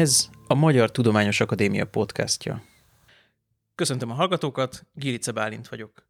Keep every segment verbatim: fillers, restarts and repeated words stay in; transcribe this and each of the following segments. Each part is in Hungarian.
Ez a Magyar Tudományos Akadémia podcastja. Köszöntöm a hallgatókat, Gilice Bálint vagyok.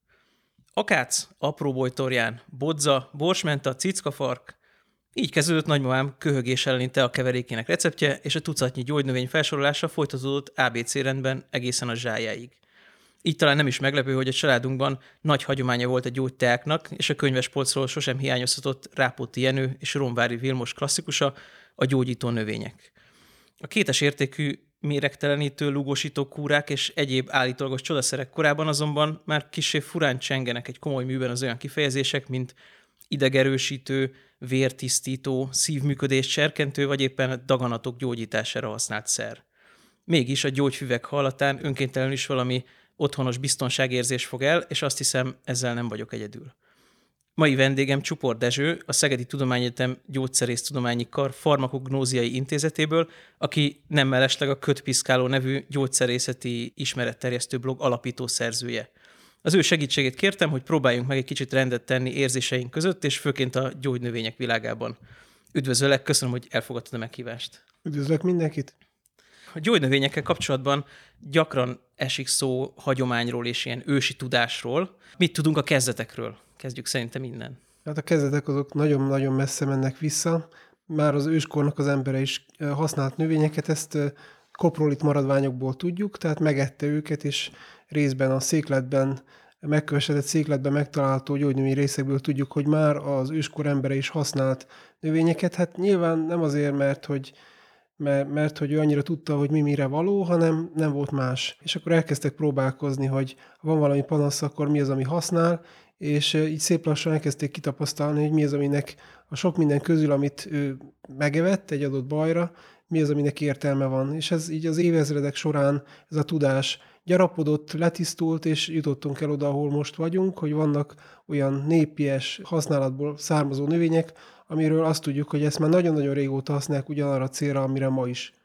Akác, apróbojtorján, bodza, borsmenta, cickafark. Így kezdődött nagymamám köhögés elleni tea keverékének receptje, és a tucatnyi gyógynövény felsorolása folytatódott á bé cé rendben egészen a zsájáig. Így talán nem is meglepő, hogy a családunkban nagy hagyománya volt a gyógyteáknak, és a könyvespolcról sosem hiányozhatott Rápóti Jenő és Romvári Vilmos klasszikusa, a gyógyító növények. A kétes értékű méregtelenítő, lúgósító kúrák és egyéb állítólagos csodaszerek korában azonban már kissé furán csengenek egy komoly műben az olyan kifejezések, mint idegerősítő, vértisztító, szívműködést serkentő vagy éppen daganatok gyógyítására használt szer. Mégis a gyógyfüvek hallatán önkéntelenül is valami otthonos biztonságérzés fog el, és azt hiszem, ezzel nem vagyok egyedül. Mai vendégem Csupor Dezső, a Szegedi Tudományegyetem Gyógyszerésztudományi Kar Farmakognóziai Intézetéből, aki nem mellesleg a Kötpiszkáló nevű gyógyszerészeti ismeretterjesztő blog alapító szerzője. Az ő segítségét kértem, hogy próbáljunk meg egy kicsit rendet tenni érzéseink között, és főként a gyógynövények világában. Üdvözöllek, köszönöm, hogy elfogadtad a meghívást. Üdvözlök mindenkit! A gyógynövényekkel kapcsolatban gyakran esik szó hagyományról és ilyen ősi tudásról. Mit tudunk a kezdetekről? Kezdjük szerintem innen. Hát a kezdetek azok nagyon-nagyon messze mennek vissza. Már az őskornak az embere is használt növényeket, ezt koprolit maradványokból tudjuk, tehát megette őket, és részben a székletben, megkövesedett székletben megtalálható gyógynövény részekből tudjuk, hogy már az őskor embere is használt növényeket. Hát nyilván nem azért, mert hogy Mert, mert hogy ő annyira tudta, hogy mi mire való, hanem nem volt más. És akkor elkezdtek próbálkozni, hogy ha van valami panasz, akkor mi az, ami használ, és így szép lassan elkezdték kitapasztalni, hogy mi az, aminek a sok minden közül, amit ő megevett egy adott bajra, mi az, aminek értelme van. És ez így az évezredek során ez a tudás gyarapodott, letisztult, és jutottunk el oda, ahol most vagyunk, hogy vannak olyan népies használatból származó növények, amiről azt tudjuk, hogy ezt már nagyon-nagyon régóta használják ugyanarra a célra, amire ma is.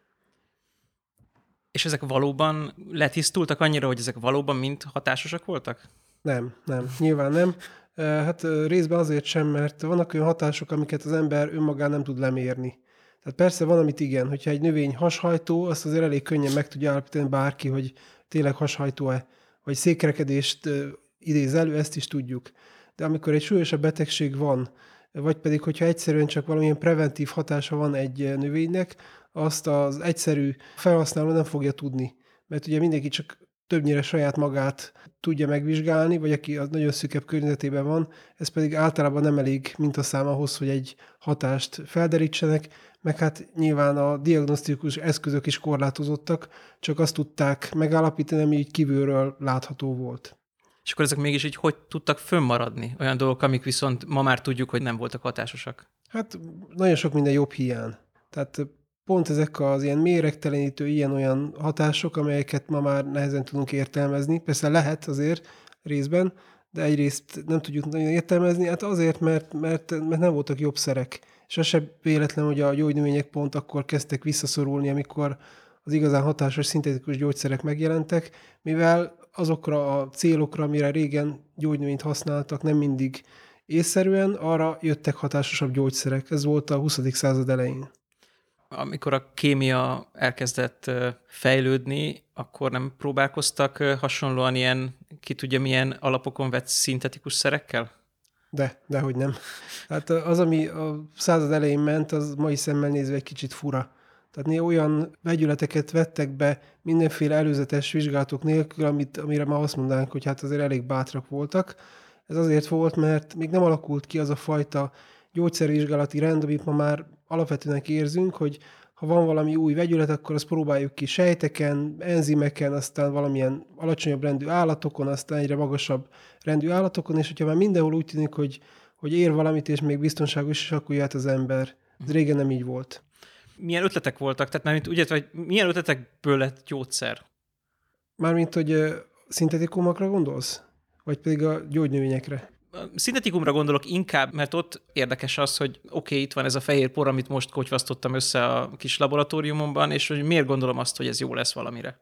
És ezek valóban letisztultak annyira, hogy ezek valóban mind hatásosak voltak? Nem, nem, nyilván nem. Hát részben azért sem, mert vannak olyan hatások, amiket az ember önmagán nem tud lemérni. Tehát persze van, amit igen, hogyha egy növény hashajtó, azt azért elég könnyen meg tudja állapítani bárki, hogy tényleg hashajtó-e, vagy székrekedést idéz elő, ezt is tudjuk. De amikor egy súlyosabb betegség van, vagy pedig, hogyha egyszerűen csak valamilyen preventív hatása van egy növénynek, azt az egyszerű felhasználó nem fogja tudni. Mert ugye mindenki csak többnyire saját magát tudja megvizsgálni, vagy aki az nagyon szűkebb környezetében van, ez pedig általában nem elég mintaszám ahhoz, hogy egy hatást felderítsenek, meg hát nyilván a diagnosztikus eszközök is korlátozottak, csak azt tudták megállapítani, ami így kívülről látható volt. És akkor ezek mégis így hogy tudtak fönnmaradni? Olyan dolgok, amik viszont ma már tudjuk, hogy nem voltak hatásosak. Hát nagyon sok minden jobb hiány. Tehát pont ezek az ilyen méregtelenítő, ilyen-olyan hatások, amelyeket ma már nehezen tudunk értelmezni. Persze lehet azért részben, de egyrészt nem tudjuk nagyon értelmezni, hát azért, mert, mert, mert nem voltak jobb szerek. És az sem véletlen, hogy a gyógynövények pont akkor kezdtek visszaszorulni, amikor az igazán hatásos szintetikus gyógyszerek megjelentek, mivel azokra a célokra, amire régen gyógynövényt használtak, nem mindig észszerűen, arra jöttek hatásosabb gyógyszerek. Ez volt a huszadik század elején. Amikor a kémia elkezdett fejlődni, akkor nem próbálkoztak hasonlóan ilyen, ki tudja milyen alapokon vett szintetikus szerekkel? De, dehogy nem. Hát az, ami a század elején ment, az mai szemmel nézve egy kicsit fura. Tehát néha olyan vegyületeket vettek be mindenféle előzetes vizsgálatok nélkül, amit, amire már azt mondanánk, hogy hát azért elég bátrak voltak. Ez azért volt, mert még nem alakult ki az a fajta gyógyszervizsgálati rend, amit ma már alapvetően érzünk, hogy ha van valami új vegyület, akkor azt próbáljuk ki sejteken, enzimeken, aztán valamilyen alacsonyabb rendű állatokon, aztán egyre magasabb rendű állatokon, és hogyha már mindenhol úgy tűnik, hogy, hogy ér valamit, és még biztonságos is, akkor jöhet az ember. Ez régen nem így volt. Milyen ötletek voltak? Tehát mármint úgy, vagy milyen ötletekből lett gyógyszer? Mármint, hogy szintetikumokra gondolsz? Vagy pedig a gyógynövényekre? A szintetikumra gondolok inkább, mert ott érdekes az, hogy oké, okay, itt van ez a fehér por, amit most kotyvasztottam össze a kis laboratóriumomban, és hogy miért gondolom azt, hogy ez jó lesz valamire.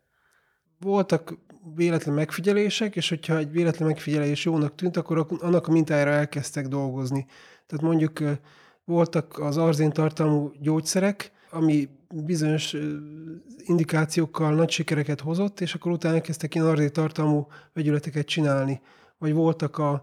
Voltak véletlen megfigyelések, és hogyha egy véletlen megfigyelés jónak tűnt, akkor annak a mintájára elkezdtek dolgozni. Tehát mondjuk voltak az arzéntartalmú gyógyszerek, ami bizonyos ö, indikációkkal nagy sikereket hozott, és akkor utána kezdtek ilyen arzétartalmú vegyületeket csinálni. Vagy voltak a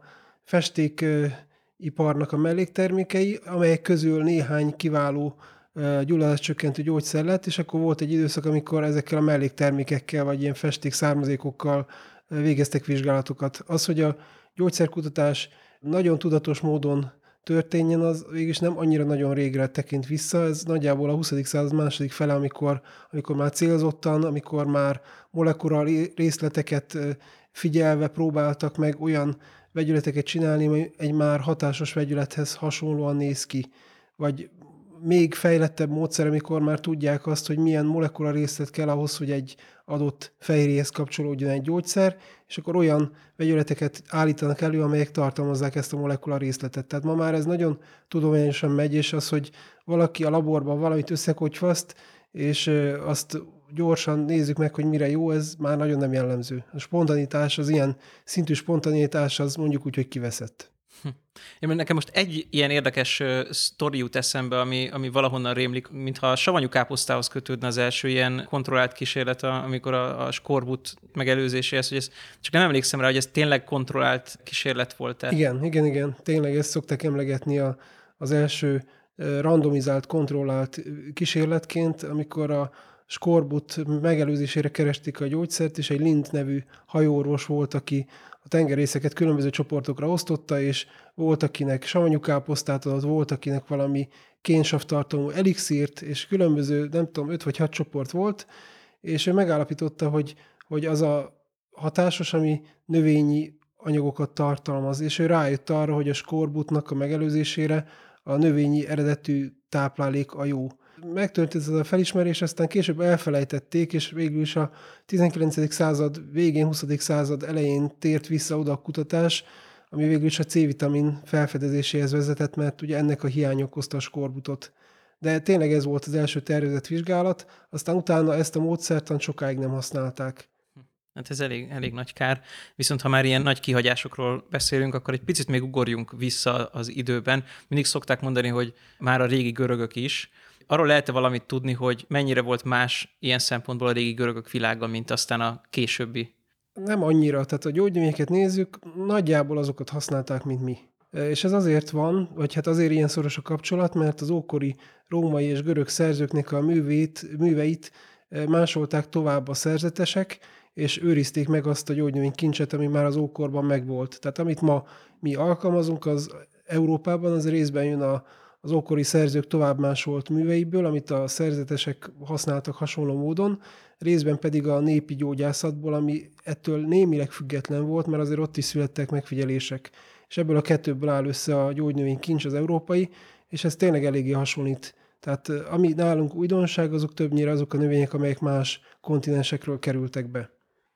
festékiparnak a melléktermékei, amelyek közül néhány kiváló ö, gyulladáscsökkentő gyógyszer lett, és akkor volt egy időszak, amikor ezekkel a melléktermékekkel, vagy ilyen festék származékokkal ö, végeztek vizsgálatokat. Az, hogy a gyógyszerkutatás nagyon tudatos módon történjen, az végülis nem annyira nagyon régre tekint vissza. Ez nagyjából a huszadik század második fele, amikor, amikor már célzottan, amikor már molekula részleteket figyelve próbáltak meg olyan vegyületeket csinálni, ami egy már hatásos vegyülethez hasonlóan néz ki. Vagy még fejlettebb módszer, amikor már tudják azt, hogy milyen molekula részlet kell ahhoz, hogy egy adott fehérjéhez kapcsolódjon egy gyógyszer, és akkor olyan vegyületeket állítanak elő, amelyek tartalmazzák ezt a molekula részletet. Tehát ma már ez nagyon tudományosan megy, és az, hogy valaki a laborban valamit összekotyvaszt, és azt gyorsan nézzük meg, hogy mire jó, ez már nagyon nem jellemző. A spontanitás, az ilyen szintű spontanitás, az mondjuk úgy, hogy kiveszett. Hm. Én nekem most egy ilyen érdekes uh, sztori jut eszembe, ami, ami valahonnan rémlik, mintha a savanyú káposztához kötődne az első ilyen kontrollált kísérlet, amikor a, a skorbut megelőzéséhez, hogy ez, csak nem emlékszem rá, hogy ez tényleg kontrollált kísérlet volt-e. Igen, igen, igen. Tényleg ezt szokták emlegetni a, az első uh, randomizált, kontrollált kísérletként, amikor a skorbut megelőzésére keresték a gyógyszert, és egy Lind nevű hajóorvos volt, aki a tengerészeket különböző csoportokra osztotta, és volt, akinek savanyú káposztát adott, volt, akinek valami kénsavtartalmú elixírt, és különböző, nem tudom, öt vagy hat csoport volt, és ő megállapította, hogy, hogy az a hatásos, ami növényi anyagokat tartalmaz, és ő rájött arra, hogy a skorbutnak a megelőzésére a növényi eredetű táplálék a jó. Megtörtént ez a felismerés, aztán később elfelejtették, és végül is a tizenkilencedik század végén, huszadik század elején tért vissza oda a kutatás, ami végül is a C-vitamin felfedezéséhez vezetett, mert ugye ennek a hiány okozta a skorbutot. De tényleg ez volt az első tervezett vizsgálat, aztán utána ezt a módszertant sokáig nem használták. Hát ez elég, elég nagy kár. Viszont ha már ilyen nagy kihagyásokról beszélünk, akkor egy picit még ugorjunk vissza az időben. Mindig szokták mondani, hogy már a régi görögök is. Arról lehet-e valamit tudni, hogy mennyire volt más ilyen szempontból a régi görögök világa, mint aztán a későbbi? Nem annyira. Tehát a gyógynövényeket nézzük, nagyjából azokat használták, mint mi. És ez azért van, vagy hát azért ilyen szoros a kapcsolat, mert az ókori római és görög szerzőknek a művét, műveit másolták tovább a szerzetesek, és őrizték meg azt a gyógynövénykincset, ami már az ókorban megvolt. Tehát amit ma mi alkalmazunk, az Európában az részben jön a, az ókori szerzők tovább másolt műveiből, amit a szerzetesek használtak hasonló módon, részben pedig a népi gyógyászatból, ami ettől némileg független volt, mert azért ott is születtek megfigyelések. És ebből a kettőből áll össze a gyógynövénykincs, az európai, és ez tényleg eléggé hasonlít. Tehát ami nálunk újdonság, azok többnyire azok a növények, amelyek más kontinensekről kerültek be.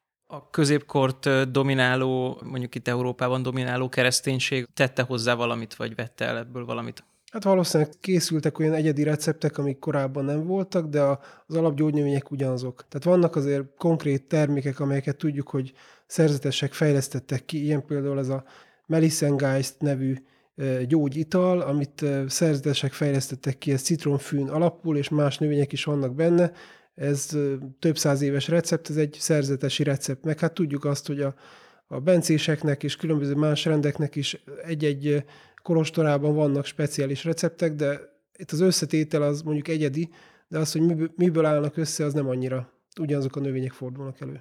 A középkort domináló, mondjuk itt Európában domináló kereszténység tette hozzá valamit, vagy vette el ebből valamit? Hát valószínűleg készültek olyan egyedi receptek, amik korábban nem voltak, de az alapgyógynövények ugyanazok. Tehát vannak azért konkrét termékek, amelyeket tudjuk, hogy szerzetesek fejlesztettek ki, ilyen például ez a Melissengeist nevű gyógyital, amit szerzetesek fejlesztettek ki, ez citronfűn alapul, és más növények is vannak benne. Ez több száz éves recept, ez egy szerzetesi recept. Meg hát tudjuk azt, hogy a, a bencéseknek és különböző más rendeknek is egy-egy kolostorában vannak speciális receptek, de itt az összetétel az mondjuk egyedi, de az, hogy miből, miből állnak össze, az nem annyira. Ugyanazok a növények fordulnak elő.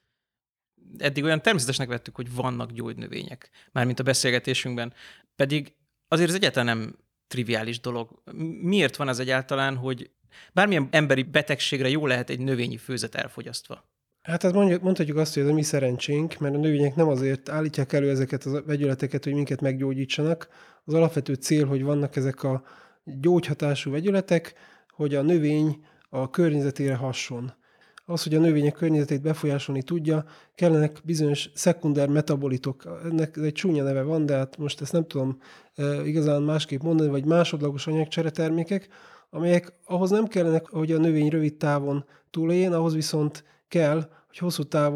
Eddig olyan természetesnek vettük, hogy vannak gyógynövények, mármint a beszélgetésünkben. Pedig azért ez egyáltalán nem triviális dolog. Miért van ez egyáltalán, hogy bármilyen emberi betegségre jó lehet egy növényi főzet elfogyasztva? Hát, hát mondhatjuk azt, hogy ez a mi szerencsénk, mert a növények nem azért állítják elő ezeket a vegyületeket, hogy minket meggyógyítsanak. Az alapvető cél, hogy vannak ezek a gyógyhatású vegyületek, hogy a növény a környezetére hasson. Az, hogy a növények környezetét befolyásolni tudja, kellenek bizonyos szekunder metabolitok. Ennek egy csúnya neve van, de hát most ezt nem tudom e, igazán másképp mondani, vagy másodlagos anyagcseretermékek, amelyek ahhoz nem kellenek, hogy a növény rövid távon túléljen, ahhoz viszont kell, hogy hosszú távon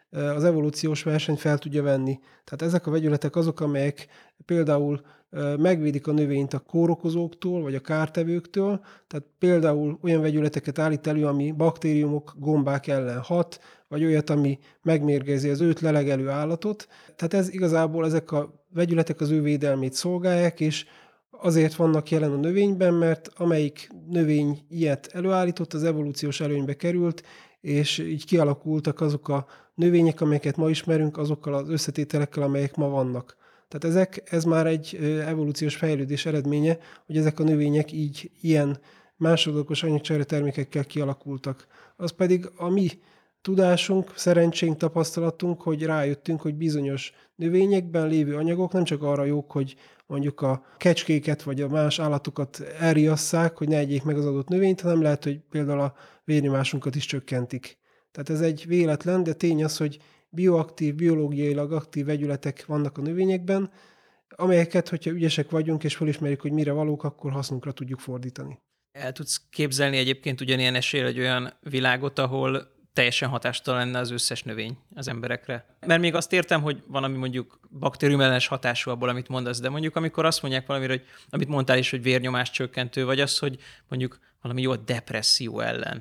az evolúciós verseny fel tudja venni. Tehát ezek a vegyületek azok, amelyek például megvédik a növényt a kórokozóktól, vagy a kártevőktől, tehát például olyan vegyületeket állít elő, ami baktériumok, gombák ellen hat, vagy olyat, ami megmérgezi az őt lelegelő állatot. Tehát ez igazából ezek a vegyületek az ő védelmét szolgálják, és azért vannak jelen a növényben, mert amelyik növény ilyet előállított, az evolúciós előnybe került, és így kialakultak azok a növények, amelyeket ma ismerünk, azokkal az összetételekkel, amelyek ma vannak. Tehát ezek, ez már egy evolúciós fejlődés eredménye, hogy ezek a növények így ilyen másodlagos anyagcsere termékekkel kialakultak. Az pedig a mi tudásunk, szerencsénk, tapasztalatunk, hogy rájöttünk, hogy bizonyos növényekben lévő anyagok nem csak arra jók, hogy mondjuk a kecskéket vagy a más állatokat elriasszák, hogy ne egyék meg az adott növényt, hanem lehet, hogy például a vérnyomásunkat is csökkentik. Tehát ez egy véletlen, de tény az, hogy bioaktív, biológiailag aktív vegyületek vannak a növényekben, amelyeket, hogyha ügyesek vagyunk és felismerjük, hogy mire valók, akkor hasznunkra tudjuk fordítani. El tudsz képzelni egyébként ugyanilyen esélyel egy olyan világot, ahol teljesen hatástalan lenne az összes növény az emberekre? Mert még azt értem, hogy van, ami mondjuk baktériumellenes hatású abból, amit mondasz, de mondjuk amikor azt mondják valamire, hogy amit mondtál is, hogy vérnyomás csökkentő, vagy az, hogy mondjuk valami jó depresszió ellen.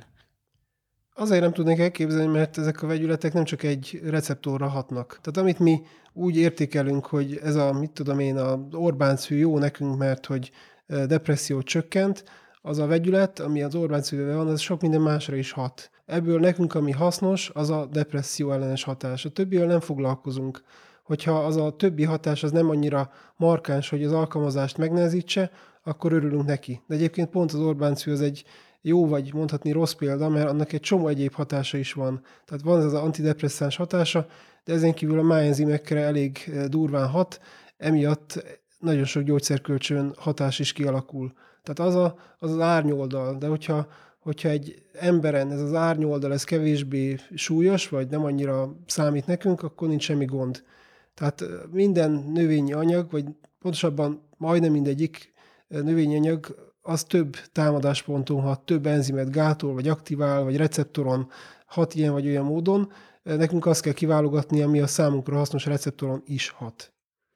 Azért nem tudnék elképzelni, mert ezek a vegyületek nem csak egy receptorra hatnak. Tehát amit mi úgy értékelünk, hogy ez a, mit tudom én, az Orbán-szű jó nekünk, mert hogy depressziót csökkent, az a vegyület, ami az Orbán-szűvel van, az sok minden másra is hat. Ebből nekünk, ami hasznos, az a depresszió ellenes hatás. A többivel nem foglalkozunk. Hogyha az a többi hatás az nem annyira markáns, hogy az alkalmazást megnehezítse, akkor örülünk neki. De egyébként pont az Orbán-szű az egy jó vagy mondhatni rossz példa, mert annak egy csomó egyéb hatása is van. Tehát van ez az antidepresszáns hatása, de ezen kívül a májenzimekre elég durván hat, emiatt nagyon sok gyógyszerkölcsön hatás is kialakul. Tehát az a, az, az árnyoldal, de hogyha, hogyha egy emberen ez az árnyoldal ez kevésbé súlyos, vagy nem annyira számít nekünk, akkor nincs semmi gond. Tehát minden növényi anyag, vagy pontosabban majdnem mindegyik növényi anyag, az több támadásponton hat, több enzimet gátol, vagy aktivál, vagy receptoron hat ilyen vagy olyan módon. Nekünk azt kell kiválogatni, ami a számunkra hasznos receptoron is hat.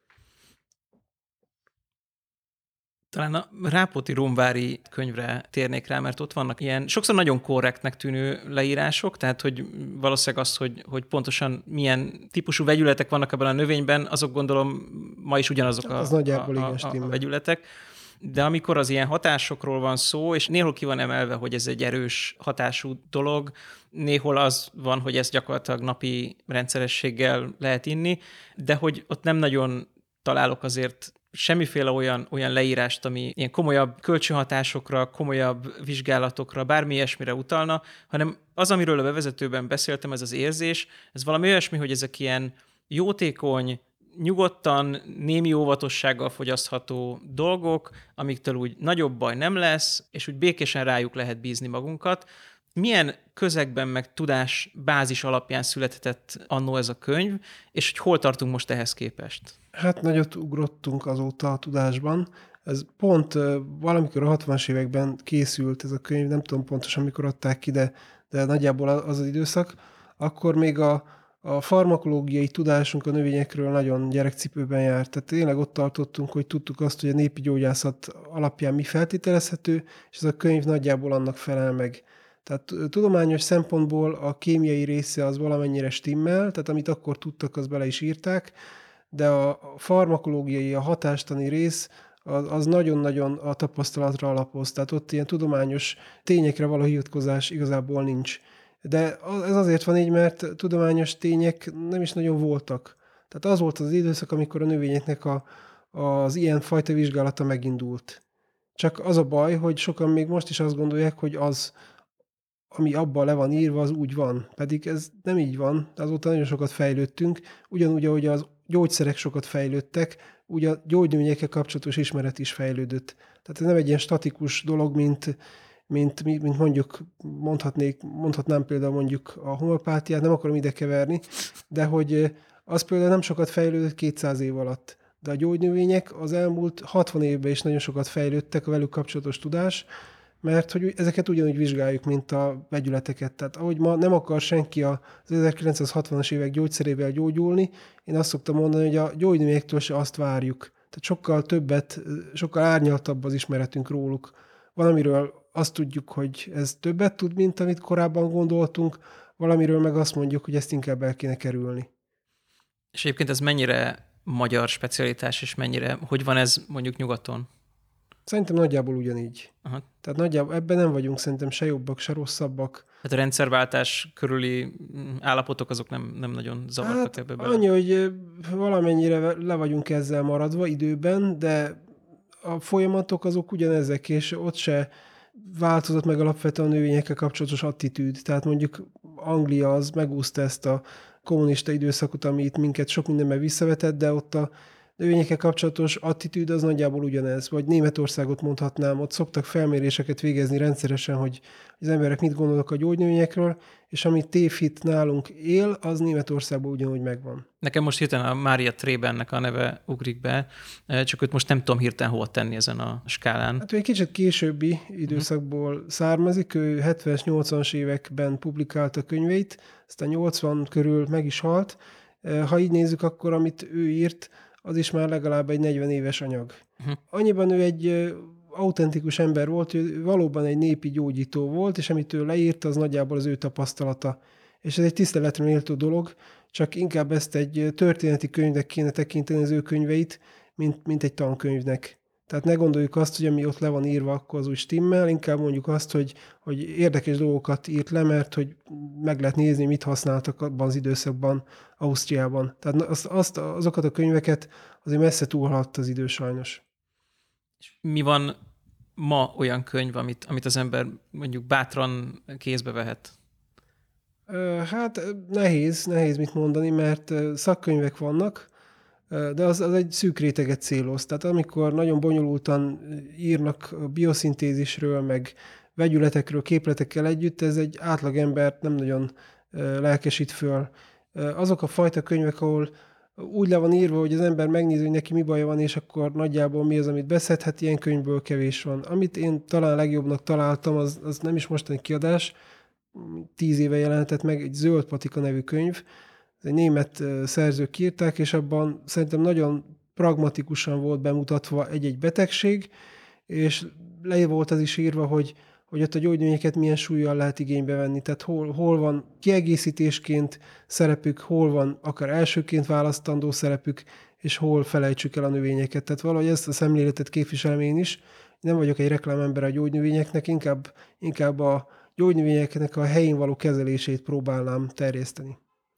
Talán a Rápóti-Romvári könyvre térnék rá, mert ott vannak ilyen sokszor nagyon korrektnek tűnő leírások, tehát hogy valószínűleg az, hogy, hogy pontosan milyen típusú vegyületek vannak ebben a növényben, azok gondolom ma is ugyanazok a, az a, a, a, a vegyületek. De amikor az ilyen hatásokról van szó, és néhol ki van emelve, hogy ez egy erős hatású dolog, néhol az van, hogy ezt gyakorlatilag napi rendszerességgel lehet inni, de hogy ott nem nagyon találok azért semmiféle olyan, olyan leírást, ami ilyen komolyabb kölcsönhatásokra, komolyabb vizsgálatokra, bármi ilyesmire utalna, hanem az, amiről a bevezetőben beszéltem, ez az érzés, ez valami olyasmi, hogy ezek ilyen jótékony, nyugodtan, némi óvatossággal fogyasztható dolgok, amiktől úgy nagyobb baj nem lesz, és úgy békésen rájuk lehet bízni magunkat. Milyen közegben meg tudás bázis alapján született annó ez a könyv, és hogy hol tartunk most ehhez képest? Hát nagyot ugrottunk azóta a tudásban. Ez pont valamikor a hatvanas években készült ez a könyv, nem tudom pontosan mikor adták ki, de, de nagyjából az az időszak. Akkor még a A farmakológiai tudásunk a növényekről nagyon gyerekcipőben járt. Tehát tényleg ott tartottunk, hogy tudtuk azt, hogy a népi gyógyászat alapján mi feltételezhető, és ez a könyv nagyjából annak felel meg. Tehát tudományos szempontból a kémiai része az valamennyire stimmel, tehát amit akkor tudtak, azt bele is írták, de a farmakológiai, a hatástani rész az, az nagyon-nagyon a tapasztalatra alapoz. Tehát ott ilyen tudományos tényekre való hivatkozás igazából nincs. De ez azért van így, mert tudományos tények nem is nagyon voltak. Tehát az volt az időszak, amikor a növényeknek a, az ilyen fajta vizsgálata megindult. Csak az a baj, hogy sokan még most is azt gondolják, hogy az, ami abban le van írva, az úgy van. Pedig ez nem így van. Azóta nagyon sokat fejlődtünk. Ugyanúgy, ahogy az gyógyszerek sokat fejlődtek, úgy a gyógynövényekkel kapcsolatos ismeret is fejlődött. Tehát ez nem egy ilyen statikus dolog, mint Mint, mint mondjuk mondhatnék, mondhatnám például mondjuk a homeopátiát, nem akarom ide keverni, de hogy az például nem sokat fejlődött kétszáz év alatt. De a gyógynövények az elmúlt hatvan évben is nagyon sokat fejlődtek, a velük kapcsolatos tudás, mert hogy ezeket ugyanúgy vizsgáljuk, mint a vegyületeket. Tehát ahogy ma nem akar senki az ezerkilencszázhatvanas évek gyógyszerével gyógyulni, én azt szoktam mondani, hogy a gyógynövényektől se azt várjuk. Tehát sokkal többet, sokkal árnyaltabb az ismeretünk róluk. Valamiről azt tudjuk, hogy ez többet tud, mint amit korábban gondoltunk, valamiről meg azt mondjuk, hogy ezt inkább el kéne kerülni. És egyébként ez mennyire magyar specialitás, és mennyire, hogy van ez mondjuk nyugaton? Szerintem nagyjából ugyanígy. Aha. Tehát nagyjából ebben nem vagyunk szerintem se jobbak, se rosszabbak. Hát a rendszerváltás körüli állapotok azok nem, nem nagyon zavartak hát ebbe bele. Annyi, hogy valamennyire le vagyunk ezzel maradva időben, de a folyamatok azok ugyanezek, és ott se változott meg alapvetően a növényekkel kapcsolatos attitűd. Tehát mondjuk Anglia az megúszta ezt a kommunista időszakot, ami itt minket sok mindenben visszavetett, de ott a növényekkel kapcsolatos attitűd az nagyjából ugyanez. Vagy Németországot mondhatnám, ott szoktak felméréseket végezni rendszeresen, hogy az emberek mit gondolnak a gyógynövényekről, és ami tévhit nálunk él, az Németországban ugyanúgy megvan. Nekem most hirtelen a Mária Trébennek a neve ugrik be, csak őt most nem tudom hirtelen hova tenni ezen a skálán. Hát ő egy kicsit későbbi időszakból uh-huh. származik, ő hetvenes, nyolcvanas években publikálta könyveit, aztán nyolcvan körül meg is halt. Ha így nézzük, akkor amit ő írt, az is már legalább egy negyven éves anyag. Uh-huh. Annyiban ő egy autentikus ember volt, ő valóban egy népi gyógyító volt, és amit ő leírt, az nagyjából az ő tapasztalata. És ez egy tiszteletre méltó dolog, csak inkább ezt egy történeti könyvnek kéne tekinteni az ő könyveit, mint, mint egy tankönyvnek. Tehát ne gondoljuk azt, hogy ami ott le van írva, akkor az úgy stimmel, inkább mondjuk azt, hogy, hogy érdekes dolgokat írt le, mert hogy meg lehet nézni, mit használtak abban az időszakban Ausztriában. Tehát azt, azt, azokat a könyveket azért messze túlhaladta az idő sajnos. Mi van ma olyan könyv, amit, amit az ember mondjuk bátran kézbe vehet? Hát nehéz, nehéz mit mondani, mert szakkönyvek vannak, de az, az egy szűk réteget céloz. Tehát amikor nagyon bonyolultan írnak a bioszintézisről, meg vegyületekről, képletekkel együtt, ez egy átlagember nem nagyon lelkesít föl. Azok a fajta könyvek, ahol úgy le van írva, hogy az ember megnézi, hogy neki mi baja van, és akkor nagyjából mi az, amit beszedhet, ilyen könyvből kevés van. Amit én talán legjobbnak találtam, az, az nem is mostani kiadás, tíz éve jelentett meg, egy Zöld patika nevű könyv. Ez egy német szerzők írták, és abban szerintem nagyon pragmatikusan volt bemutatva egy-egy betegség, és le volt az is írva, hogy, hogy ott a gyógynövényeket milyen súllyal lehet igénybe venni. Tehát hol, hol van kiegészítésként szerepük, hol van akár elsőként választandó szerepük, és hol felejtsük el a növényeket. Tehát valahogy ezt a szemléletet képviselem én is. Nem vagyok egy reklámember a gyógynövényeknek, inkább, inkább a gyógynövényeknek a helyén való kezelését próbálnám terjeszteni.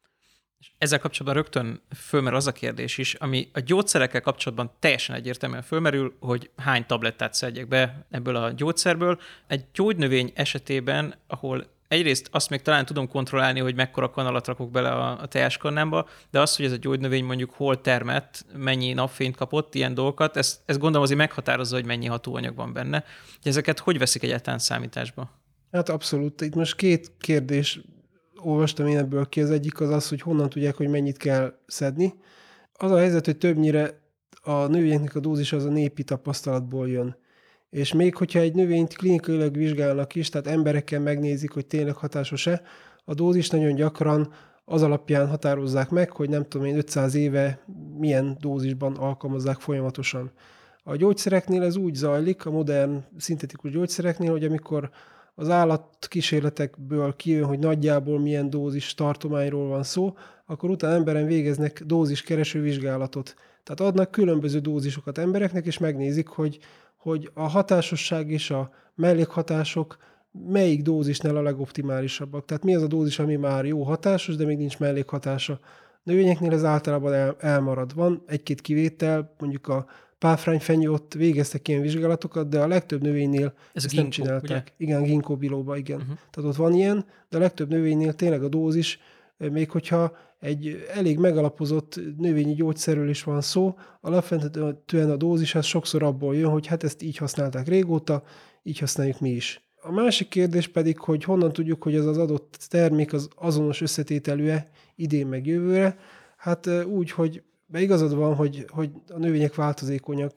Ezzel kapcsolatban rögtön fölmerül az a kérdés is, ami a gyógyszerekkel kapcsolatban teljesen egyértelműen fölmerül, hogy hány tablettát szedjek be ebből a gyógyszerből. Egy gyógynövény esetében, ahol egyrészt azt még talán tudom kontrollálni, hogy mekkora kanalat rakok bele a, a teáskannámba, de az, hogy ez a gyógynövény mondjuk hol termett, mennyi napfényt kapott, ilyen dolgokat, ezt, ezt gondolom azért meghatározza, hogy mennyi hatóanyag van benne. Ezeket hogy veszik egyáltalán számításba? Hát abszolút. Itt most két kérdés olvastam én ebből ki. Az egyik az az, hogy honnan tudják, hogy mennyit kell szedni. Az a helyzet, hogy többnyire a növényeknek a dózis az a népi tapasztalatból jön. És még hogyha egy növényt klinikailag vizsgálnak is, tehát emberekkel megnézik, hogy tényleg hatásos-e, a dózis nagyon gyakran az alapján határozzák meg, hogy nem tudom én ötszáz éve milyen dózisban alkalmazzák folyamatosan. A gyógyszereknél ez úgy zajlik, a modern szintetikus gyógyszereknél, hogy amikor az állatkísérletekből kijön, hogy nagyjából milyen dózis tartományról van szó, akkor utána emberen végeznek dóziskereső vizsgálatot. Tehát adnak különböző dózisokat embereknek, és megnézik, hogy, hogy a hatásosság és a mellékhatások melyik dózisnál a legoptimálisabbak. Tehát mi az a dózis, ami már jó hatásos, de még nincs mellékhatása. Növényeknél ez általában el, elmarad. Van egy-két kivétel, mondjuk a páfrányfenyő, ott végeztek ilyen vizsgálatokat, de a legtöbb növénynél ez ezt ginkgo, nem csinálták. Ugye? Igen, ginkgo bilóba, igen. Uh-huh. Uh-huh. Tehát ott van ilyen, de a legtöbb növénynél tényleg a dózis, még hogyha egy elég megalapozott növényi gyógyszerről is van szó, alapvetően a dózis az sokszor abból jön, hogy hát ezt így használták régóta, így használjuk mi is. A másik kérdés pedig, hogy honnan tudjuk, hogy ez az adott termék az azonos összetételű-e idén meg jövőre. Hát úgy, hogy be igazad van, hogy, hogy a növények változékonyak.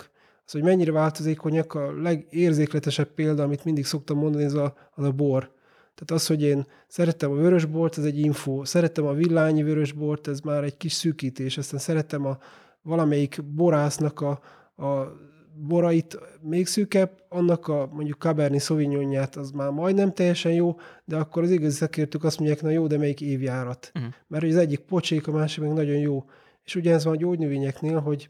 Az, hogy mennyire változékonyak, a legérzékletesebb példa, amit mindig szoktam mondani, az a, az a bor. Tehát az, hogy én szerettem a vörösbort, ez egy info. Szerettem a villányi vörösbort, ez már egy kis szűkítés. Aztán szerettem a valamelyik borásznak a, a borait még szűkebb, annak a mondjuk Cabernet Sauvignonját, az már majdnem teljesen jó, de akkor az igazi szakértők azt mondják, na jó, de melyik évjárat. Uh-huh. Mert hogy az egyik pocsék, a másik meg nagyon jó. És ugyanez van a gyógynövényeknél, hogy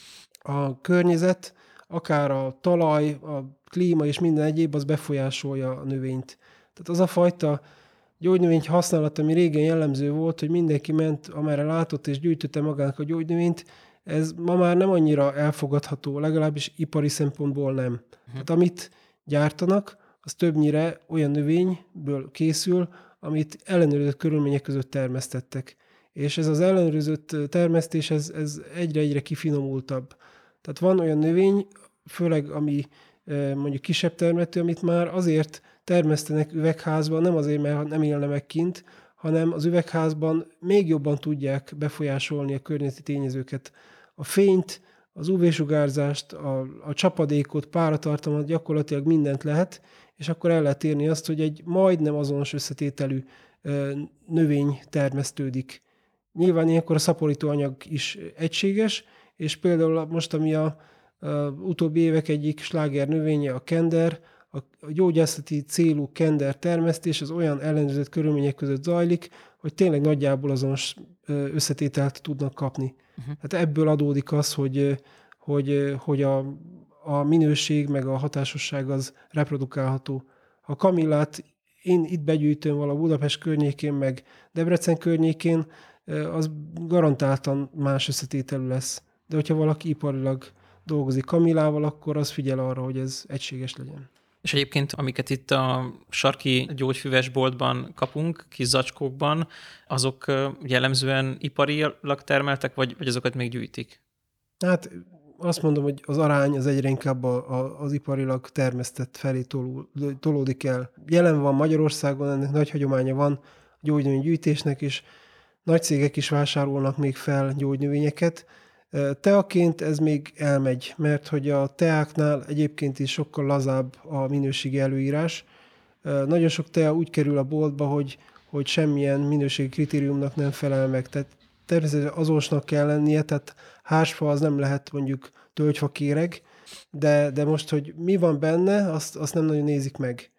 a környezet, akár a talaj, a klíma és minden egyéb, az befolyásolja a növényt. Tehát az a fajta gyógynövény használat, ami régen jellemző volt, hogy mindenki ment, amerre látott és gyűjtötte magának a gyógynövényt, ez ma már nem annyira elfogadható, legalábbis ipari szempontból nem. Uh-huh. Tehát amit gyártanak, az többnyire olyan növényből készül, amit ellenőrzött körülmények között termesztettek. És ez az ellenőrzött termesztés, ez, ez egyre-egyre kifinomultabb. Tehát van olyan növény, főleg ami mondjuk kisebb termető, amit már azért termesztenek üvegházban, nem azért, mert nem élne meg kint, hanem az üvegházban még jobban tudják befolyásolni a környezeti tényezőket. A fényt, az ú vé-sugárzást, a, a csapadékot, páratartalmat, gyakorlatilag mindent lehet, és akkor el lehet érni azt, hogy egy majdnem azonos összetételű növény termesztődik. Nyilván ilyenkor a szaporító anyag is egységes, és például most, ami a, a utóbbi évek egyik sláger növénye, a kender, a, a gyógyászati célú kender termesztés az olyan ellenőrzött körülmények között zajlik, hogy tényleg nagyjából azonos összetételt tudnak kapni. Uh-huh. Hát ebből adódik az, hogy, hogy, hogy a, a minőség meg a hatásosság az reprodukálható. A kamillát én itt begyűjtöm vala Budapest környékén, meg Debrecen környékén, az garantáltan más összetételű lesz. De hogyha valaki iparilag dolgozik kamillával, akkor az figyel arra, hogy ez egységes legyen. És egyébként, amiket itt a sarki gyógyfüvesboltban kapunk, kis zacskókban, azok jellemzően iparilag termeltek, vagy, vagy azokat még gyűjtik? Hát azt mondom, hogy az arány az egyre inkább a, a, az iparilag termesztett felé tolul, tolódik el. Jelen van Magyarországon, ennek nagy hagyománya van a gyógynövénygyűjtésnek, és nagy cégek is vásárolnak még fel gyógynövényeket. Teaként ez még elmegy, mert hogy a teáknál egyébként is sokkal lazább a minőségi előírás. Nagyon sok tea úgy kerül a boltba, hogy, hogy semmilyen minőségi kritériumnak nem felel meg. Tehát természetesen azonosnak kell lennie, tehát hársfa az nem lehet mondjuk tölgyfa kéreg, de, de most, hogy mi van benne, azt, azt nem nagyon nézik meg.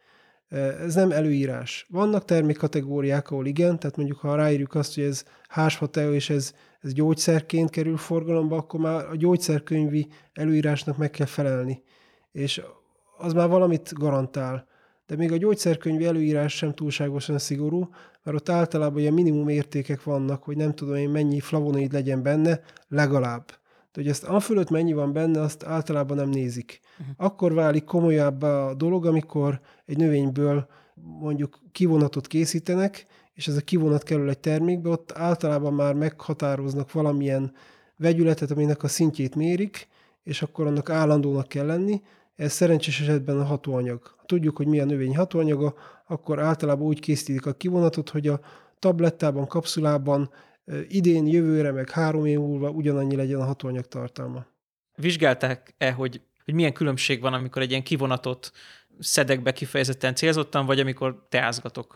Ez nem előírás. Vannak termékkategóriák, ahol igen, tehát mondjuk ha ráírjuk azt, hogy ez hársfa tea és ez, ez gyógyszerként kerül forgalomba, akkor már a gyógyszerkönyvi előírásnak meg kell felelni. És az már valamit garantál. De még a gyógyszerkönyvi előírás sem túlságosan szigorú, mert ott általában ilyen minimum értékek vannak, hogy nem tudom én mennyi flavonoid legyen benne, legalább. De hogy ezt afölött mennyi van benne, azt általában nem nézik. Uh-huh. Akkor válik komolyabbá a dolog, amikor egy növényből mondjuk kivonatot készítenek, és ez a kivonat kerül egy termékbe, ott általában már meghatároznak valamilyen vegyületet, aminek a szintjét mérik, és akkor annak állandónak kell lenni. Ez szerencsés esetben a hatóanyag. Ha tudjuk, hogy mi a növény hatóanyaga, akkor általában úgy készítik a kivonatot, hogy a tablettában, kapszulában idén, jövőre, meg három év múlva ugyanannyi legyen a hatóanyag tartalma. Vizsgálták-e, hogy, hogy milyen különbség van, amikor egy ilyen kivonatot szedek be kifejezetten célzottan, vagy amikor teázgatok?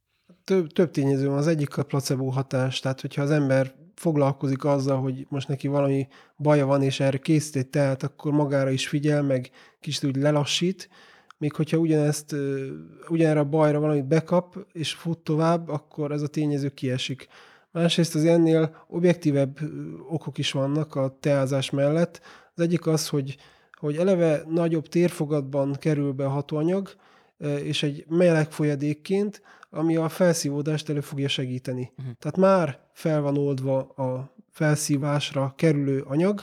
Több, több tényező van. Az egyik a placebo hatás, tehát hogyha az ember foglalkozik azzal, hogy most neki valami baja van, és erre készít egy teát, akkor magára is figyel, meg kicsit úgy lelassít. Még hogyha ugyanezt, ugyanerre a bajra valamit bekap, és fut tovább, akkor ez a tényező kiesik. Másrészt az ennél objektívebb okok is vannak a teázás mellett. Az egyik az, hogy, hogy eleve nagyobb térfogatban kerül be a hatóanyag, és egy meleg folyadékként, ami a felszívódást elő fogja segíteni. Uh-huh. Tehát már fel van oldva a felszívásra kerülő anyag,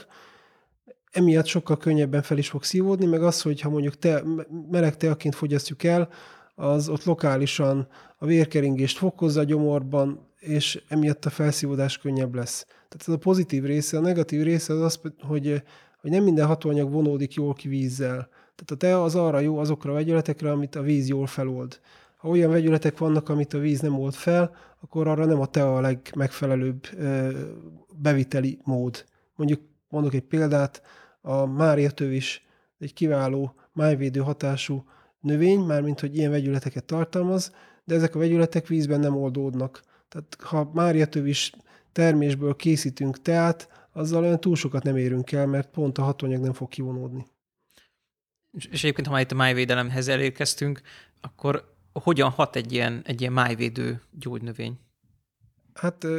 emiatt sokkal könnyebben fel is fog szívódni, meg az, hogy ha mondjuk te, meleg teaként fogyasztjuk el, az ott lokálisan a vérkeringést fokozza a gyomorban, és emiatt a felszívódás könnyebb lesz. Tehát ez a pozitív része. A negatív része az az, hogy, hogy nem minden hatóanyag vonódik jól ki vízzel. Tehát a tea az arra jó azokra a vegyületekre, amit a víz jól felold. Ha olyan vegyületek vannak, amit a víz nem old fel, akkor arra nem a tea a legmegfelelőbb beviteli mód. Mondjuk mondok egy példát, A máriatövis egy kiváló májvédő hatású növény, mármint hogy ilyen vegyületeket tartalmaz, de ezek a vegyületek vízben nem oldódnak. Tehát ha máriatövis termésből készítünk teát, azzal olyan túl sokat nem érünk el, mert pont a hatóanyag nem fog kivonódni. És egyébként, ha már itt a májvédelemhez elérkeztünk, akkor hogyan hat egy ilyen, egy ilyen májvédő gyógynövény? Hát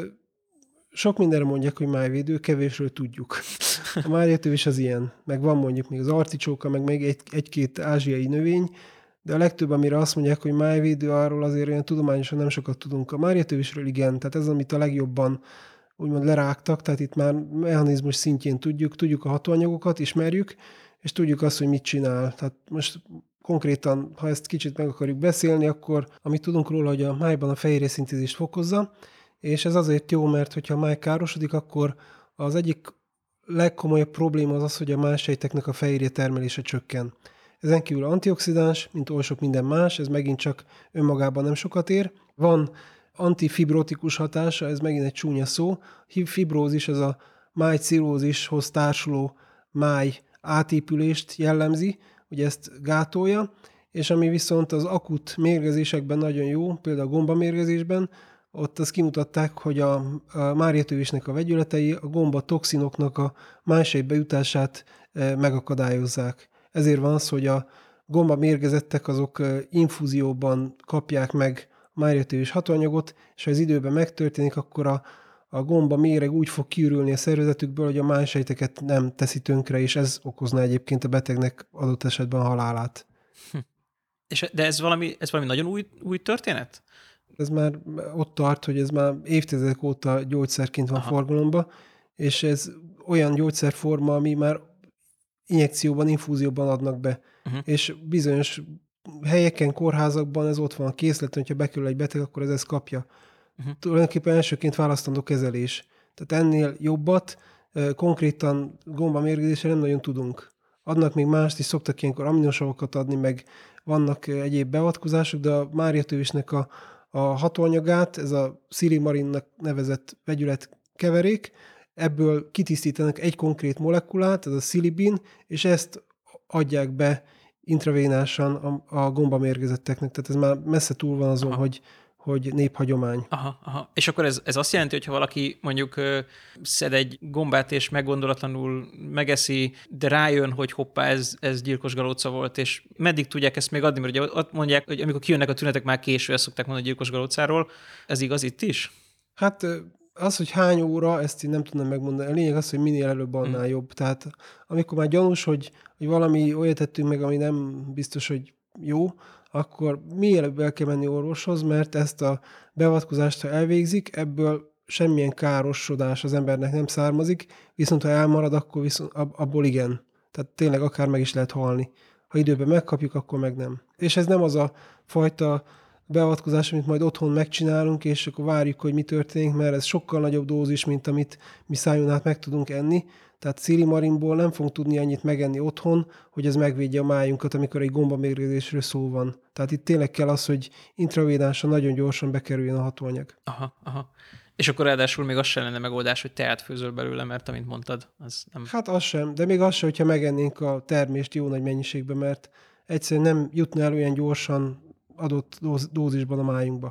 sok mindenre mondják, hogy májvédő, kevésről tudjuk. A máriatövis az ilyen, meg van mondjuk még az articsóka, meg még egy, egy-két ázsiai növény, de a legtöbb, amire azt mondják, hogy májvédő, arról azért olyan tudományosan nem sokat tudunk. A máriatövisről igen, tehát ez, amit a legjobban úgymond lerágtak, tehát itt már mechanizmus szintjén tudjuk, tudjuk a hatóanyagokat, ismerjük, és tudjuk azt, hogy mit csinál. Tehát most konkrétan, ha ezt kicsit meg akarjuk beszélni, akkor amit tudunk róla, hogy a májban a fehérjeszintézist fokozza, és ez azért jó, mert hogyha a máj károsodik, akkor az egyik legkomolyabb probléma az az, hogy a májsejteknek a fehérje termelése csökken. Ezen kívül antioxidáns, mint oly sok minden más, ez megint csak önmagában nem sokat ér. Van antifibrotikus hatása, ez megint egy csúnya szó. Fibrózis, ez a májcirózishoz társuló máj átépülést jellemzi, ugye ezt gátolja, és ami viszont az akut mérgezésekben nagyon jó, például a gombamérgezésben, ott azt kimutatták, hogy a, a máriatövisnek a vegyületei a gomba toxinoknak a májsejt bejutását e, megakadályozzák. Ezért van az, hogy a gomba mérgezettek azok e, infúzióban kapják meg a máriatövis hatóanyagot, és ha ez időben megtörténik, akkor a, a gomba méreg úgy fog kiürülni a szervezetükből, hogy a májsejteket nem teszi tönkre, és ez okozna egyébként a betegnek adott esetben a halálát. Hm. És de ez valami, ez valami nagyon új, új történet? Ez már ott tart, hogy ez már évtizedek óta gyógyszerként van Aha. forgalomban, és ez olyan gyógyszerforma, ami már injekcióban, infúzióban adnak be. Uh-huh. És bizonyos helyeken, kórházakban ez ott van a készleten, hogyha bekerül egy beteg, akkor ez ezt kapja. Uh-huh. Tulajdonképpen elsőként választandó kezelés. Tehát ennél jobbat, konkrétan gombamérgezésre nem nagyon tudunk. Adnak még mást is, szoktak ilyenkor aminosavokat adni, meg vannak egyéb beavatkozások, de a máriatövisnek a a hatóanyagát, ez a szilimarinnak nevezett vegyület keverék, ebből kitisztítanak egy konkrét molekulát, ez a szilibin, és ezt adják be intravénásan a, a gombamérgezetteknek. Tehát ez már messze túl van azon, hogy, hogy néphagyomány. Aha, aha. És akkor ez, ez azt jelenti, hogy ha valaki mondjuk ö, szed egy gombát, és meggondolatlanul megeszi, de rájön, hogy hoppá, ez, ez gyilkos galóca volt, és meddig tudják ezt még adni? Mert ugye ott mondják, hogy amikor kijönnek a tünetek, már késő, ezt szokták mondani a gyilkos galócáról. Ez igaz itt is? Hát az, hogy hány óra, ezt én nem tudnám megmondani. A lényeg az, hogy minél előbb annál hmm. jobb. Tehát amikor már gyanús, hogy, hogy valami olyat tettünk meg, ami nem biztos, hogy jó, akkor mielőbb el kell menni orvoshoz, mert ezt a beavatkozást, ha elvégzik, ebből semmilyen károsodás az embernek nem származik, viszont ha elmarad, akkor viszont abból igen. Tehát tényleg akár meg is lehet halni. Ha időben megkapjuk, akkor meg nem. És ez nem az a fajta beavatkozás, amit majd otthon megcsinálunk, és akkor várjuk, hogy mi történik, mert ez sokkal nagyobb dózis, mint amit mi szájon át meg tudunk enni. Tehát szilimarinból nem fogunk tudni annyit megenni otthon, hogy ez megvédje a májunkat, amikor egy gombamérgezésről szó van. Tehát itt tényleg kell az, hogy intravénásan nagyon gyorsan bekerüljön a hatóanyag. Aha, aha. És akkor ráadásul még az sem lenne megoldás, hogy teát főzöl belőle, mert amint mondtad, az nem... Hát az sem, de még az sem, hogyha megennénk a termést jó nagy mennyiségben, mert egyszerűen nem jutna el olyan gyorsan adott dózisban a májunkba.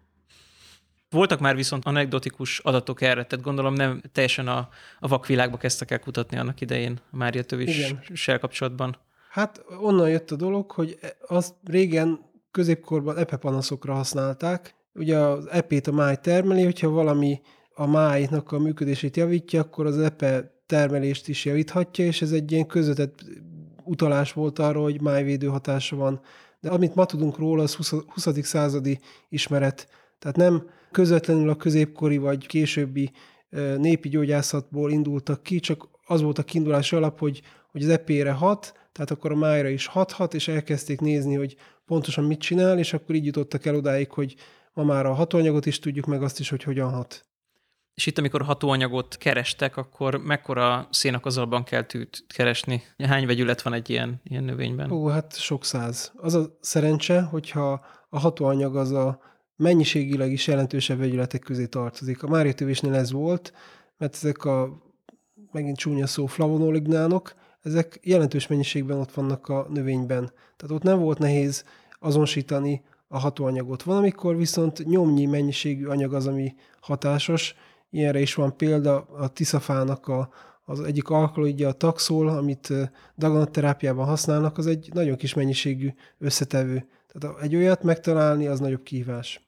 Voltak már viszont anekdotikus adatok erre, tehát gondolom nem teljesen a, a vakvilágba kezdtek el kutatni annak idején a máriatövissel kapcsolatban. Hát onnan jött a dolog, hogy azt régen középkorban epepanaszokra használták. Ugye az epét a máj termeli, hogyha valami a májnak a működését javítja, akkor az epe termelést is javíthatja, és ez egy ilyen közvetett utalás volt arra, hogy májvédő hatása van. De amit ma tudunk róla, az huszadik századi ismeret. Tehát nem közvetlenül a középkori vagy későbbi népi gyógyászatból indultak ki, csak az volt a kiindulási alap, hogy, hogy az epére hat, tehát akkor a májra is hathat, és elkezdték nézni, hogy pontosan mit csinál, és akkor így jutottak el odáig, hogy ma már a hatóanyagot is tudjuk, meg azt is, hogy hogyan hat. És itt, amikor hatóanyagot kerestek, akkor mekkora szénakazalban kell tűt keresni? Hány vegyület van egy ilyen, ilyen növényben? Ó, hát sok száz. Az a szerencse, hogyha a hatóanyag az a mennyiségileg is jelentősebb vegyületek közé tartozik. A máriatövésnél ez volt, mert ezek a megint csúnya szó, flavonoligánok, ezek jelentős mennyiségben ott vannak a növényben. Tehát ott nem volt nehéz azonosítani a hatóanyagot. Van, amikor viszont nyomnyi mennyiségű anyag az, ami hatásos. Ilyenre is van példa a tiszafának a, az egyik alkaloidja, a taxol, amit daganatterápiában használnak, az egy nagyon kis mennyiségű összetevő. Tehát egy olyat megtalálni, az nagyobb kihívás.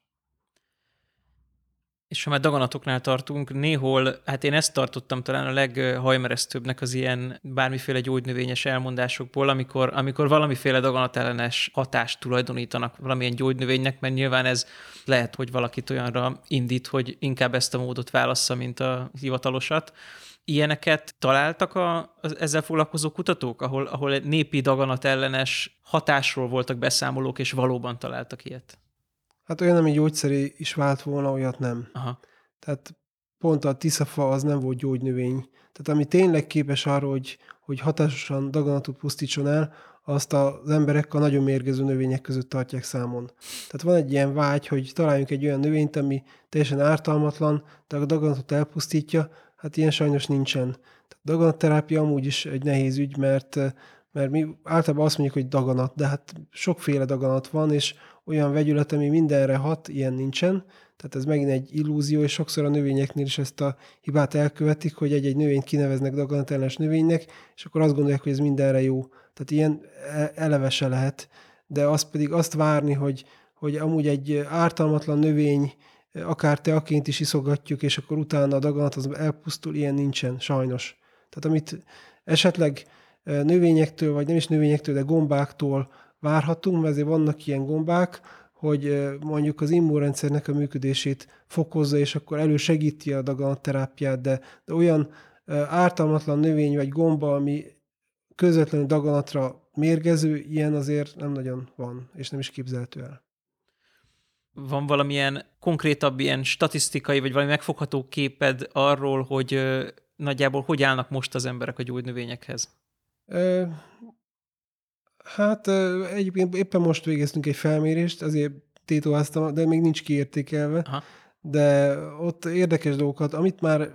És ha már daganatoknál tartunk, néhol, hát én ezt tartottam talán a leghajmeresztőbbnek az ilyen bármiféle gyógynövényes elmondásokból, amikor, amikor valamiféle daganatellenes hatást tulajdonítanak valamilyen gyógynövénynek, mert nyilván ez lehet, hogy valakit olyanra indít, hogy inkább ezt a módot válassza, mint a hivatalosat. Ilyeneket találtak a, az ezzel foglalkozó kutatók, ahol, ahol népi daganatellenes hatásról voltak beszámolók, és valóban találtak ilyet? Hát olyan, ami gyógyszeré is vált volna, olyat nem. Aha. Tehát pont a tiszafa az nem volt gyógynövény. Tehát ami tényleg képes arra, hogy, hogy hatásosan daganatot pusztítson el, azt az emberek a nagyon mérgező növények között tartják számon. Tehát van egy ilyen vágy, hogy találjunk egy olyan növényt, ami teljesen ártalmatlan, de a daganatot elpusztítja, hát ilyen sajnos nincsen. Tehát daganatterápia amúgy is egy nehéz ügy, mert, mert mi általában azt mondjuk, hogy daganat, de hát sokféle daganat van, és olyan vegyület, ami mindenre hat, ilyen nincsen. Tehát ez megint egy illúzió, és sokszor a növényeknél is ezt a hibát elkövetik, hogy egy-egy növényt kineveznek daganatellenes növénynek, és akkor azt gondolják, hogy ez mindenre jó. Tehát ilyen eleve se lehet, de azt pedig azt várni, hogy, hogy amúgy egy ártalmatlan növény, akár teaként is iszogatjuk, és akkor utána a daganat az elpusztul, ilyen nincsen, sajnos. Tehát amit esetleg növényektől, vagy nem is növényektől, de gombáktól várhatunk, mert azért vannak ilyen gombák, hogy mondjuk az immunrendszernek a működését fokozza, és akkor elősegíti a daganatterápiát, de, de olyan ártalmatlan növény vagy gomba, ami közvetlenül daganatra mérgező, ilyen azért nem nagyon van, és nem is képzelhető el. Van valamilyen konkrétabb ilyen statisztikai, vagy valami megfogható képed arról, hogy nagyjából hogy állnak most az emberek a gyógynövényekhez? Ö, hát egyébként éppen most végeztünk egy felmérést, azért tétováztam, de még nincs kiértékelve. Aha. De ott érdekes dolgokat, amit már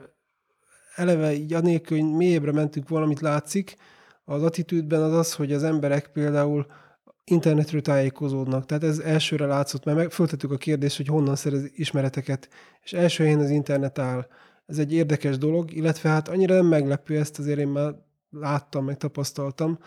eleve így anélkül, hogy mélyebbre mentünk, valamit látszik, az attitűdben az az, hogy az emberek például internetről tájékozódnak. Tehát ez elsőre látszott, mert meg föltettük a kérdést, hogy honnan szerez ismereteket, és első helyen az internet áll. Ez egy érdekes dolog, illetve hát annyira nem meglepő, ezt azért én már láttam, meg tapasztaltam,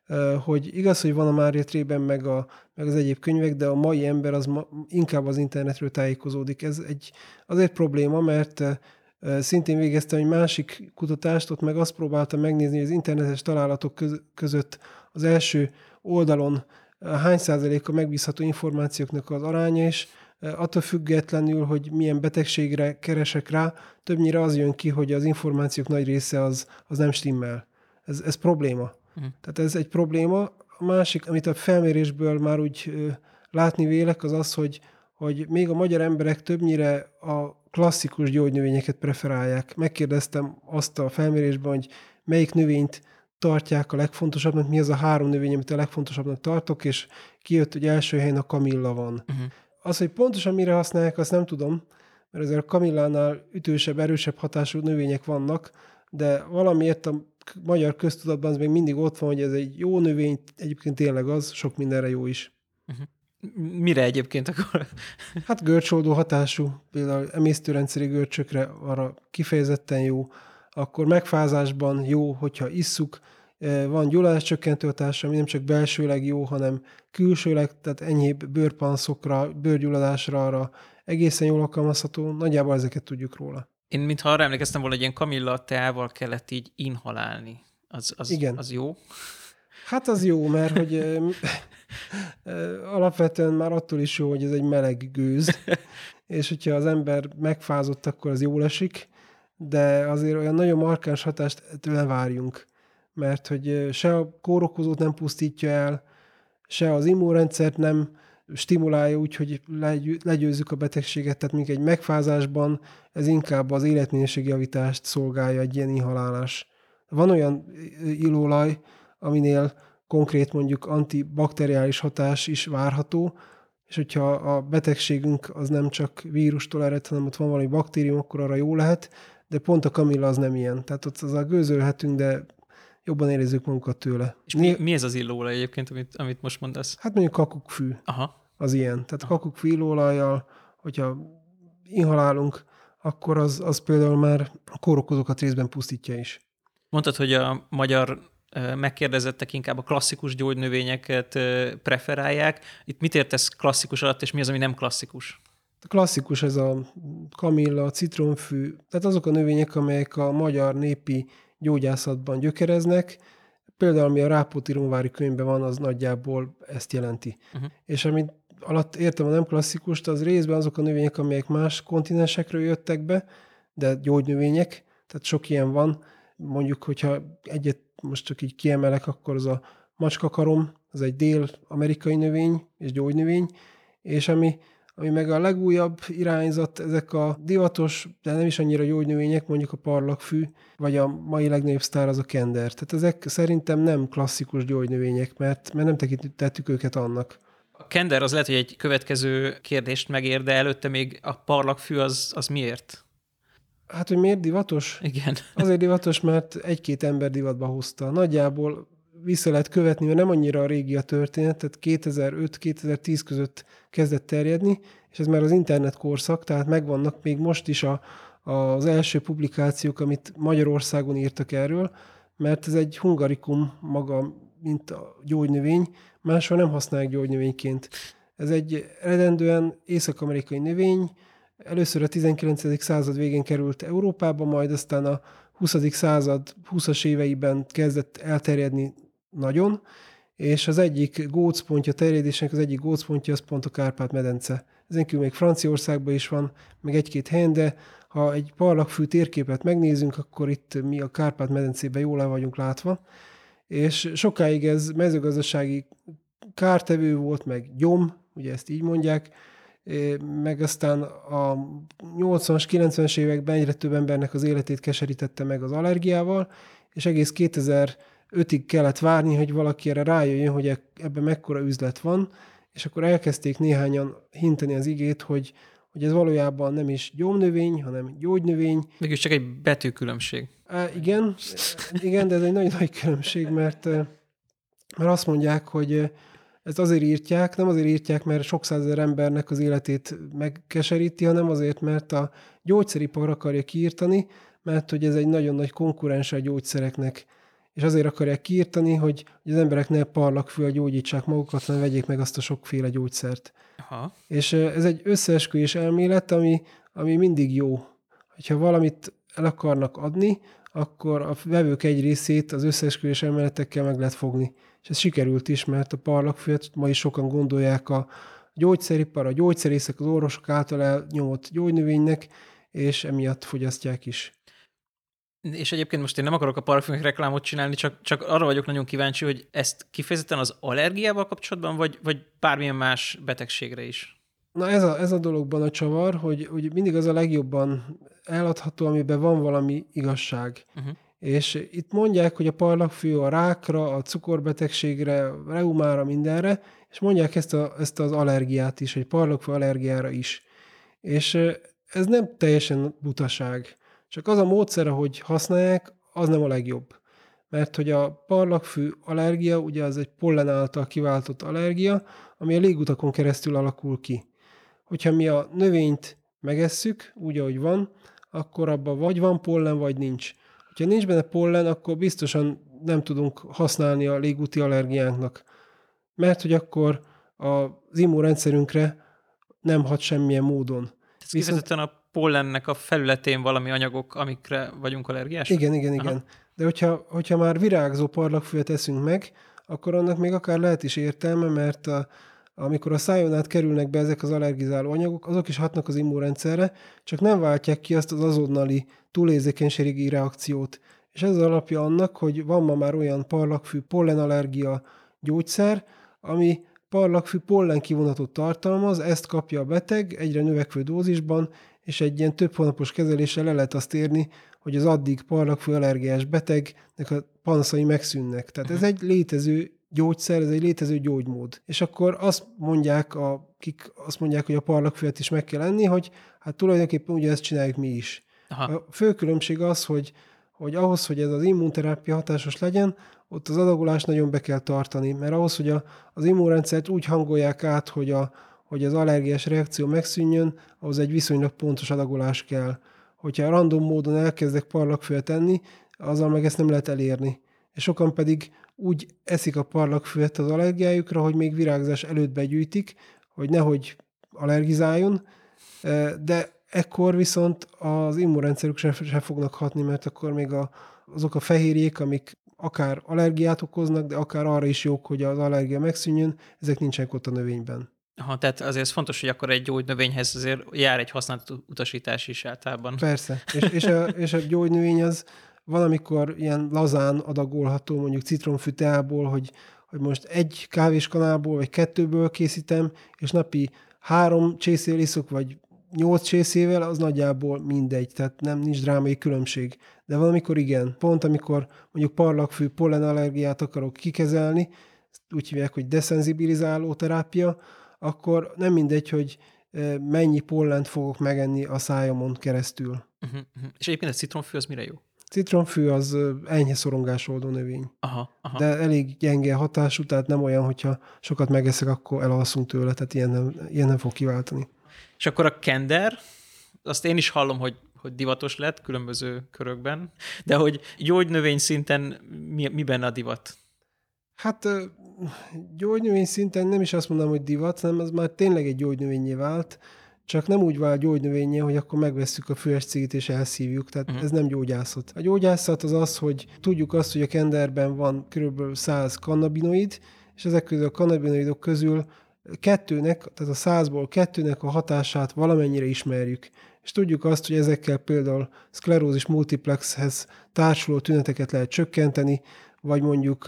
hogy igaz, hogy van a Mária Trében meg, a, meg az egyéb könyvek, de a mai ember az ma, inkább az internetről tájékozódik. Ez egy, azért probléma, mert szintén végeztem egy másik kutatást, ott meg azt próbáltam megnézni, hogy az internetes találatok között az első oldalon hány százaléka megbízható információknak az aránya, és attól függetlenül, hogy milyen betegségre keresek rá, többnyire az jön ki, hogy az információk nagy része az, az nem stimmel. Ez, ez probléma. Uh-huh. Tehát ez egy probléma. A másik, amit a felmérésből már úgy ö, látni vélek, az az, hogy, hogy még a magyar emberek többnyire a klasszikus gyógynövényeket preferálják. Megkérdeztem azt a felmérésben, hogy melyik növényt tartják a legfontosabbnak, mi az a három növény, amit a legfontosabbnak tartok, és kijött, hogy első helyen a kamilla van. Uh-huh. Az, hogy pontosan mire használják, azt nem tudom, mert azért a kamillánál ütősebb, erősebb hatású növények vannak, de valamiért a magyar köztudatban az még mindig ott van, hogy ez egy jó növény, egyébként tényleg az, sok mindenre jó is. Uh-huh. Mire egyébként akkor? Hát görcsoldó hatású, például emésztőrendszeri görcsökre arra kifejezetten jó, akkor megfázásban jó, hogyha isszuk, van gyulladáscsökkentő hatása, ami nem csak belsőleg jó, hanem külsőleg, tehát enyhébb bőrpanszokra, bőrgyulladásra arra egészen jól alkalmazható, nagyjából ezeket tudjuk róla. Én mintha arra emlékeztem volna, hogy ilyen kamilla teával kellett így inhalálni. Az, az, Igen. Az jó? Hát az jó, mert hogy alapvetően már attól is jó, hogy ez egy meleg gőz, és hogyha az ember megfázott, akkor az jól esik, de azért olyan nagyon markáns hatást ettől ne várjunk, mert hogy se a kórokozót nem pusztítja el, se az immunrendszert nem stimulálja úgy, hogy legyőzzük a betegséget, tehát még egy megfázásban ez inkább az életminőségjavítást szolgálja egy ilyen inhalálás. Van olyan illóolaj, aminél konkrét mondjuk antibakteriális hatás is várható, és hogyha a betegségünk az nem csak vírustól ered, hanem ott van valami baktérium, akkor arra jó lehet, de pont a kamilla az nem ilyen. Tehát ott azzal gőzölhetünk, de jobban érezzük magunkat tőle. És mi, mi ez az illóolaj egyébként, amit, amit most mondasz? Hát mondjuk kakukkfű. Aha. Az ilyen. Tehát kakukkfű illóolajjal, hogyha inhalálunk, akkor az, az például már a kórokozókat részben pusztítja is. Mondtad, hogy a magyar megkérdezettek inkább a klasszikus gyógynövényeket preferálják. Itt mit értesz klasszikus alatt, és mi az, ami nem klasszikus? A klasszikus ez a kamilla, a citromfű, tehát azok a növények, amelyek a magyar népi gyógyászatban gyökereznek. Például, ami a Rápóti-Rómvári könyvben van, az nagyjából ezt jelenti. Uh-huh. És amit alatt értem a nem klasszikust, az részben azok a növények, amelyek más kontinensekről jöttek be, de gyógynövények, tehát sok ilyen van. Mondjuk, hogyha egyet most csak így kiemelek, akkor az a macskakarom, az egy dél-amerikai növény és gyógynövény, és ami, ami meg a legújabb irányzat, ezek a divatos, de nem is annyira gyógynövények, mondjuk a parlagfű, vagy a mai legnagyobb sztár az a kender. Tehát ezek szerintem nem klasszikus gyógynövények, mert, mert nem tekintettük őket annak. A kender az lehet, hogy egy következő kérdést megér, de előtte még a parlagfű az, az miért? Hát, hogy miért divatos? Igen. Azért divatos, mert egy-két ember divatba hozta. Nagyjából vissza lehet követni, mert nem annyira régi a történet, tehát kétezer-öt-kétezer-tíz között kezdett terjedni, és ez már az internet korszak, tehát megvannak még most is a, az első publikációk, amit Magyarországon írtak erről, mert ez egy hungarikum maga, mint a gyógynövény, máshol nem használják gyógynövényként. Ez egy eredendően észak-amerikai növény, először a tizenkilencedik század végén került Európába, majd aztán a huszadik század húszas éveiben kezdett elterjedni nagyon, és az egyik gócpontja terjedésnek, az egyik gócpontja az pont a Kárpát-medence. Ezen kívül még Franciaországban is van, meg egy-két helyen, de ha egy parlagfű térképet megnézünk, akkor itt mi a Kárpát-medencében jól el vagyunk látva, és sokáig ez mezőgazdasági kártevő volt, meg gyom, ugye ezt így mondják, meg aztán a nyolcvanas, kilencvenes években egyre több embernek az életét keserítette meg az allergiával, és egész kétezer-ötig kellett várni, hogy valaki erre rájöjjön, hogy ebben mekkora üzlet van, és akkor elkezdték néhányan hinteni az igét, hogy, hogy ez valójában nem is gyomnövény, hanem gyógynövény. Mégis csak egy betűkülönbség. Á, igen, igen, de ez egy nagyon nagy különbség, mert, mert azt mondják, hogy ezt azért írtják, nem azért írtják, mert sok százezer embernek az életét megkeseríti, hanem azért, mert a gyógyszeripar akarja kiírtani, mert hogy ez egy nagyon nagy konkurens a gyógyszereknek. És azért akarják kiírtani, hogy, hogy az emberek ne parlagfűvel gyógyítsák magukat, hanem vegyék meg azt a sokféle gyógyszert. Aha. És ez egy összeesküvés elmélet, ami, ami mindig jó. Ha valamit el akarnak adni, akkor a vevők egy részét az összeesküvés elméletekkel meg lehet fogni. És ez sikerült is, mert a parlagfűet ma is sokan gondolják a gyógyszeripar, a gyógyszerészek, az orvosok által elnyomott gyógynövénynek, és emiatt fogyasztják is. És egyébként most én nem akarok a parfümök reklámot csinálni, csak, csak arra vagyok nagyon kíváncsi, hogy ezt kifejezetten az allergiával kapcsolatban, vagy, vagy bármilyen más betegségre is? Na ez a, ez a dologban a csavar, hogy, hogy mindig az a legjobban eladható, amiben van valami igazság. Uh-huh. És itt mondják, hogy a parlagfű a rákra, a cukorbetegségre, a reumára, mindenre, és mondják ezt, a, ezt az allergiát is, egy parlagfű allergiára is. És ez nem teljesen butaság. Csak az a módszer, ahogy használják, az nem a legjobb. Mert hogy a parlagfű allergia, ugye az egy pollen által kiváltott allergia, ami a légutakon keresztül alakul ki. Hogyha mi a növényt megesszük, úgy, ahogy van, akkor abban vagy van pollen, vagy nincs. Ha nincs benne pollen, akkor biztosan nem tudunk használni a légúti allergiánknak. Mert hogy akkor az immunrendszerünkre nem hat semmilyen módon. Ez kifejezetten a pollennek a felületén valami anyagok, amikre vagyunk allergiások? Igen, igen, igen. Aha. De hogyha, hogyha már virágzó parlagfüvet eszünk meg, akkor annak még akár lehet is értelme, mert a, amikor a szájon át kerülnek be ezek az allergizáló anyagok, azok is hatnak az immunrendszerre, csak nem váltják ki azt az azonnali túlérzékenységi reakciót. És ez az alapja annak, hogy van ma már olyan parlagfű pollenallergia gyógyszer, ami parlagfű pollen kivonatot tartalmaz, ezt kapja a beteg egyre növekvő dózisban, és egy ilyen több hónapos kezeléssel le lehet azt érni, hogy az addig parlagfű allergiás betegnek a panaszai megszűnnek. Tehát ez egy létező gyógyszer, ez egy létező gyógymód. És akkor azt mondják, akik azt mondják, hogy a parlagfüvet is meg kell enni, hogy hát tulajdonképpen ugye ezt csináljuk mi is. Aha. A fő különbség az, hogy hogy ahhoz, hogy ez az immunterápia hatásos legyen, ott az adagolást nagyon be kell tartani, mert ahhoz, hogy a, az immunrendszert úgy hangolják át, hogy, a, hogy az allergiás reakció megszűnjön, ahhoz egy viszonylag pontos adagolás kell. Hogyha random módon elkezdek parlagfüvet enni, azzal meg ezt nem lehet elérni. És sokan pedig úgy eszik a parlagfüvet az allergiájukra, hogy még virágzás előtt begyűjtik, hogy nehogy allergizáljon, de ekkor viszont az immunrendszerük se, se fognak hatni, mert akkor még a, azok a fehérjék, amik akár allergiát okoznak, de akár arra is jók, hogy az allergia megszűnjön, ezek nincsenek ott a növényben. Aha, tehát azért ez fontos, hogy akkor egy gyógynövényhez azért jár egy használt utasítás is általában. Persze, és, és, a, és a gyógynövény az valamikor ilyen lazán adagolható, mondjuk citromfű teából, hogy, hogy most egy kávéskanálból vagy kettőből készítem, és napi három csészével iszok, vagy nyolc csészével, az nagyjából mindegy, tehát nem nincs drámai különbség. De valamikor igen, pont amikor mondjuk parlagfű pollenallergiát akarok kikezelni, úgy hívják, hogy deszenzibilizáló terápia, akkor nem mindegy, hogy mennyi pollent fogok megenni a szájamon keresztül. Uh-huh, uh-huh. És egyébként a citromfű az mire jó? Citromfű az enyhe szorongásoldó növény. Aha, aha. De elég gyenge hatású, tehát nem olyan, hogyha sokat megeszek, akkor elalszunk tőle, tehát ilyen nem, ilyen nem fog kiváltani. És akkor a kender, azt én is hallom, hogy, hogy divatos lett különböző körökben, de hogy gyógynövény szinten mi, mi benne a divat? Hát gyógynövény szinten nem is azt mondom, hogy divat, hanem az már tényleg egy gyógynövényé vált, csak nem úgy vált gyógynövényé, hogy akkor megvesszük a füves cigit és elszívjuk, tehát uh-huh. ez nem gyógyászat. A gyógyászat az az, hogy tudjuk azt, hogy a kenderben van kb. száz kannabinoid, és ezek közül a kannabinoidok közül kettőnek, tehát a százból kettőnek a hatását valamennyire ismerjük. És tudjuk azt, hogy ezekkel például szklerózis multiplexhez társuló tüneteket lehet csökkenteni, vagy mondjuk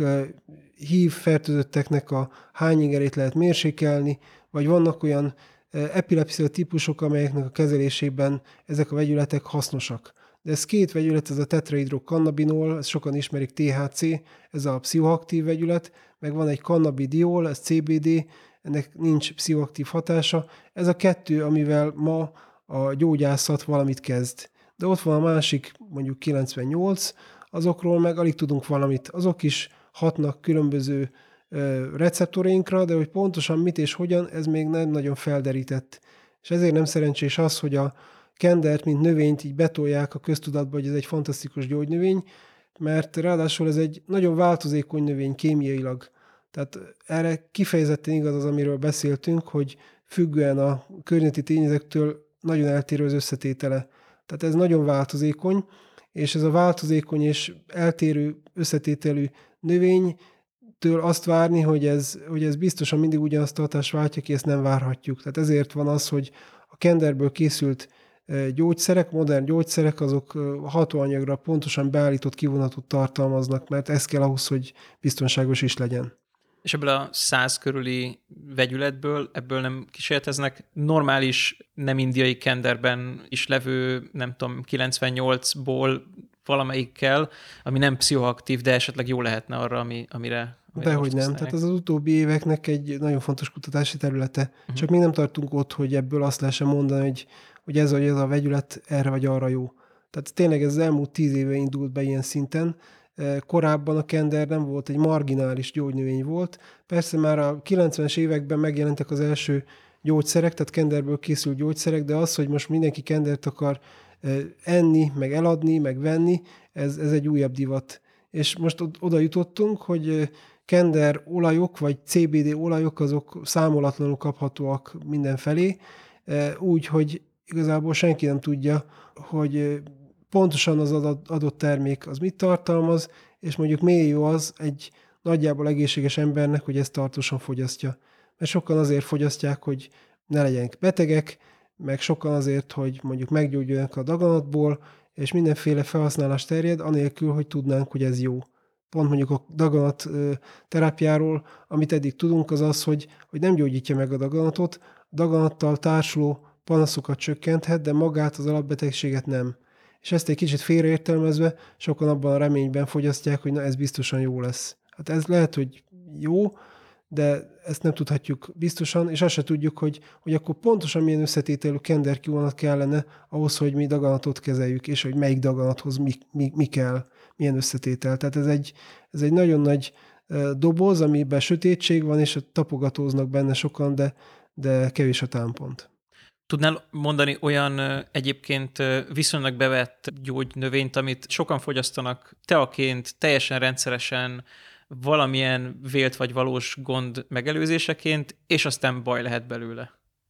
hív fertőzötteknek a hányingerét lehet mérsékelni, vagy vannak olyan epilepszia típusok, amelyeknek a kezelésében ezek a vegyületek hasznosak. De ez két vegyület, ez a tetrahidrokannabinol, ezt sokan ismerik, té há cé, ez a pszichoaktív vegyület, meg van egy cannabidiol, ez cé bé dé, ennek nincs pszichoaktív hatása. Ez a kettő, amivel ma a gyógyászat valamit kezd. De ott van a másik, mondjuk kilencvennyolc, azokról meg alig tudunk valamit. Azok is hatnak különböző receptorainkra, de hogy pontosan mit és hogyan, ez még nem nagyon felderített. És ezért nem szerencsés az, hogy a kendert, mint növényt így betolják a köztudatba, hogy ez egy fantasztikus gyógynövény, mert ráadásul ez egy nagyon változékony növény kémiailag. Tehát erre kifejezetten igaz az, amiről beszéltünk, hogy függően a környezeti tényezőktől nagyon eltérő az összetétele. Tehát ez nagyon változékony, és ez a változékony és eltérő összetételű növénytől azt várni, hogy ez, hogy ez biztosan mindig ugyanazt a hatást váltja ki, ezt nem várhatjuk. Tehát ezért van az, hogy a kenderből készült gyógyszerek, modern gyógyszerek, azok hatóanyagra pontosan beállított kivonatot tartalmaznak, mert ez kell ahhoz, hogy biztonságos is legyen. És ebből a száz körüli vegyületből, ebből nem kísérleteznek normális, nem indiai kenderben is levő, nem tudom, kilencvennyolcból valamelyikkel, ami nem pszichoaktív, de esetleg jó lehetne arra, ami, amire... amire Dehogy nem. Tehát ez az utóbbi éveknek egy nagyon fontos kutatási területe. Uh-huh. Csak még nem tartunk ott, hogy ebből azt lehessen mondani, hogy, hogy ez, vagy ez a vegyület erre vagy arra jó. Tehát tényleg ez az elmúlt tíz éve indult be ilyen szinten. Korábban a kender nem volt, egy marginális gyógynövény volt. Persze már a kilencvenes években megjelentek az első gyógyszerek, tehát kenderből készült gyógyszerek, de az, hogy most mindenki kendert akar enni, meg eladni, meg venni, ez, ez egy újabb divat. És most oda jutottunk, hogy kender olajok, vagy cé bé dé olajok, azok számolatlanul kaphatóak mindenfelé, úgy, hogy igazából senki nem tudja, hogy pontosan az adott termék az mit tartalmaz, és mondjuk miért jó az egy nagyjából egészséges embernek, hogy ezt tartósan fogyasztja. Mert sokan azért fogyasztják, hogy ne legyenek betegek, meg sokan azért, hogy mondjuk meggyógyuljanak a daganatból, és mindenféle felhasználás terjed, anélkül, hogy tudnánk, hogy ez jó. Pont mondjuk a daganat terápiáról, amit eddig tudunk, az az, hogy, hogy nem gyógyítja meg a daganatot, a daganattal társuló panaszokat csökkenthet, de magát az alapbetegséget nem. És ezt egy kicsit félreértelmezve, sokan abban a reményben fogyasztják, hogy na ez biztosan jó lesz. Hát ez lehet, hogy jó, de ezt nem tudhatjuk biztosan, és azt se tudjuk, hogy, hogy akkor pontosan milyen összetételű kenderkivonat kellene ahhoz, hogy mi daganatot kezeljük, és hogy melyik daganathoz mi, mi, mi kell, milyen összetétel. Tehát ez egy, ez egy nagyon nagy doboz, amiben sötétség van, és tapogatóznak benne sokan, de, de kevés a támpont. Tudnál mondani olyan egyébként viszonylag bevett gyógynövényt, amit sokan fogyasztanak teaként, teljesen rendszeresen, valamilyen vélt vagy valós gond megelőzéseként, és aztán baj lehet belőle?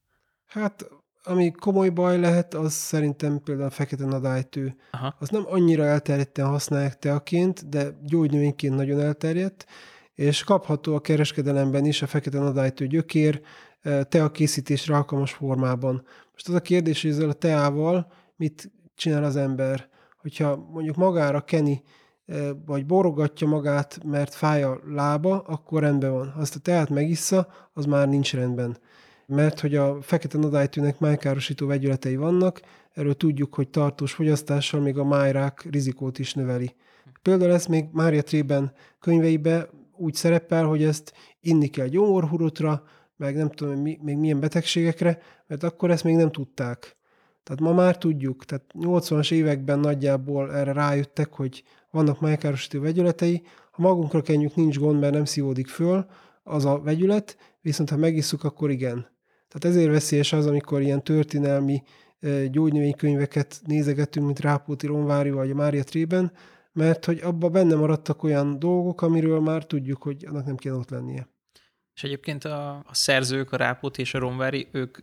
Hát, ami komoly baj lehet, az szerintem például a fekete nadálytő. Aha. Az nem annyira elterjedten használják teaként, de gyógynövényként nagyon elterjedt, és kapható a kereskedelemben is a fekete nadálytő gyökér tea készítésre alkalmas formában. Most az a kérdés, hogy ezzel a teával mit csinál az ember? Hogyha mondjuk magára keni, vagy borogatja magát, mert fáj a lába, akkor rendben van. Ha azt a teát megissza, az már nincs rendben. Mert hogy a fekete nadálytőnek májkárosító vegyületei vannak, erről tudjuk, hogy tartós fogyasztással még a májrák rizikót is növeli. Például ez még Mária Trében könyveibe úgy szerepel, hogy ezt inni kell gyomorhurutra, meg nem tudom, mi, még milyen betegségekre, mert akkor ezt még nem tudták. Tehát ma már tudjuk, tehát nyolcvanas években nagyjából erre rájöttek, hogy vannak májkárosító vegyületei, ha magunkra kenjük, nincs gond, mert nem szívódik föl az a vegyület, viszont ha megisszuk, akkor igen. Tehát ezért veszélyes az, amikor ilyen történelmi gyógynövénykönyveket nézegetünk, mint Rápóti Ronvári vagy a Mária Trében, mert hogy abban benne maradtak olyan dolgok, amiről már tudjuk, hogy annak nem kéne ott lennie. És egyébként a, a szerzők, a Rápóti és a Ronvári, ők,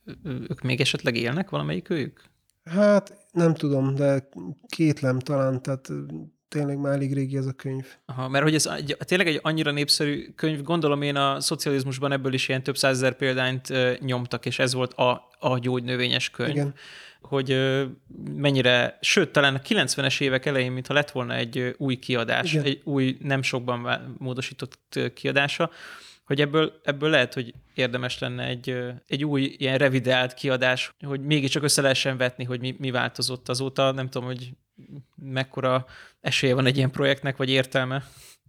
ők még esetleg élnek, valamelyik őjük? Hát nem tudom, de kétlem talán, tehát tényleg már elég régi ez a könyv. Aha, mert hogy ez egy, tényleg egy annyira népszerű könyv, gondolom én a szocializmusban ebből is ilyen több százezer példányt uh, nyomtak, és ez volt a, a gyógynövényes könyv. Igen. Hogy uh, mennyire, sőt, talán a kilencvenes évek elején, mintha lett volna egy uh, új kiadás, igen. Egy új, nem sokban módosított uh, kiadása, hogy ebből, ebből lehet, hogy érdemes lenne egy, egy új ilyen revideált kiadás, hogy mégiscsak össze lehessen vetni, hogy mi, mi változott azóta. Nem tudom, hogy mekkora esélye van egy ilyen projektnek, vagy értelme.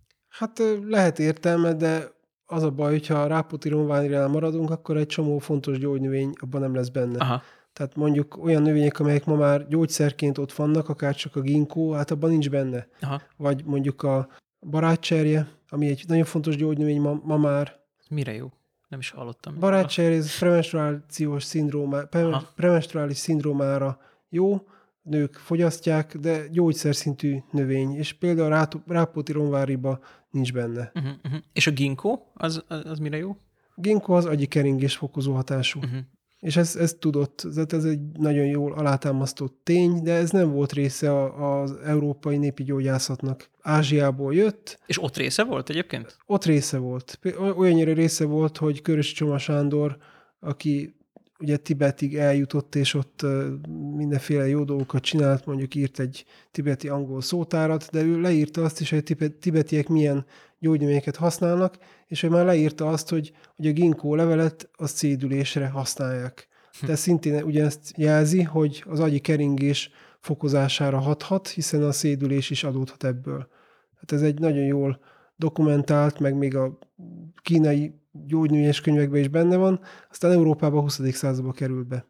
Hát lehet értelme, de az a baj, hogyha a Rápóti Ronvárira maradunk, akkor egy csomó fontos gyógynövény abban nem lesz benne. Aha. Tehát mondjuk olyan növények, amelyek ma már gyógyszerként ott vannak, akár csak a ginkgo, hát abban nincs benne. Aha. Vagy mondjuk a barátcserje, ami egy nagyon fontos gyógynövény ma, ma már. Mire jó? Nem is hallottam. Barátcserje, ez premenstruációs szindrómá, premenstruális szindrómára jó, nők fogyasztják, de gyógyszer szintű növény, és például a Rápóti Ronváriba nincs benne. Uh-huh, uh-huh. És a ginkgo, az, az mire jó? Ginkgo az agyi keringés fokozó hatású. Uh-huh. És ez, ez tudott, ez egy nagyon jól alátámasztott tény, de ez nem volt része az európai népi gyógyászatnak. Ázsiából jött. És ott része volt egyébként? Ott része volt. Olyannyira része volt, hogy Körösi Csoma Sándor, aki ugye Tibetig eljutott, és ott mindenféle jó dolgokat csinált, mondjuk írt egy tibeti angol szótárat, de ő leírta azt is, hogy a tibetiek milyen gyógynövényeket használnak, és ő már leírta azt, hogy, hogy a ginkgo levelet a szédülésre használják. De szintén ugyanezt jelzi, hogy az agyi keringés fokozására hathat, hiszen a szédülés is adódhat ebből. Hát ez egy nagyon jól dokumentált, meg még a kínai gyógynövényes könyvekben is benne van, aztán Európában a huszadik századba került be.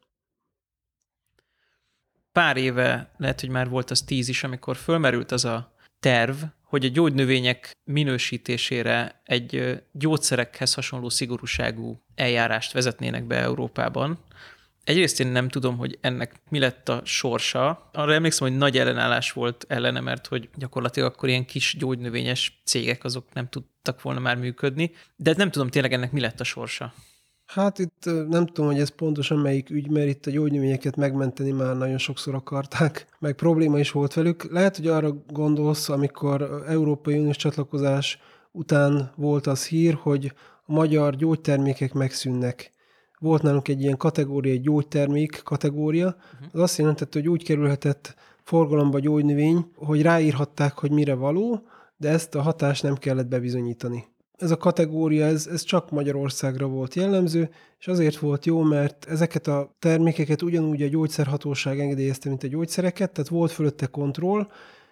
Pár éve, lehet, hogy már volt az tíz is, amikor fölmerült az a terv, hogy a gyógynövények minősítésére egy gyógyszerekhez hasonló szigorúságú eljárást vezetnének be Európában. Egyrészt én nem tudom, hogy ennek mi lett a sorsa. Arra emlékszem, hogy nagy ellenállás volt ellene, mert hogy gyakorlatilag akkor ilyen kis gyógynövényes cégek azok nem tudtak volna már működni. De nem tudom tényleg ennek mi lett a sorsa. Hát itt nem tudom, hogy ez pontosan melyik ügy, mert itt a gyógynövényeket megmenteni már nagyon sokszor akarták, meg probléma is volt velük. Lehet, hogy arra gondolsz, amikor Európai Uniós csatlakozás után volt az hír, hogy a magyar gyógytermékek megszűnnek. Volt nálunk egy ilyen kategória, egy gyógytermék kategória. Az azt jelentette, hogy úgy kerülhetett forgalomba gyógynövény, hogy ráírhatták, hogy mire való, de ezt a hatást nem kellett bebizonyítani. Ez a kategória, ez, ez csak Magyarországra volt jellemző, és azért volt jó, mert ezeket a termékeket ugyanúgy a gyógyszerhatóság engedélyezte, mint a gyógyszereket, tehát volt fölötte kontroll,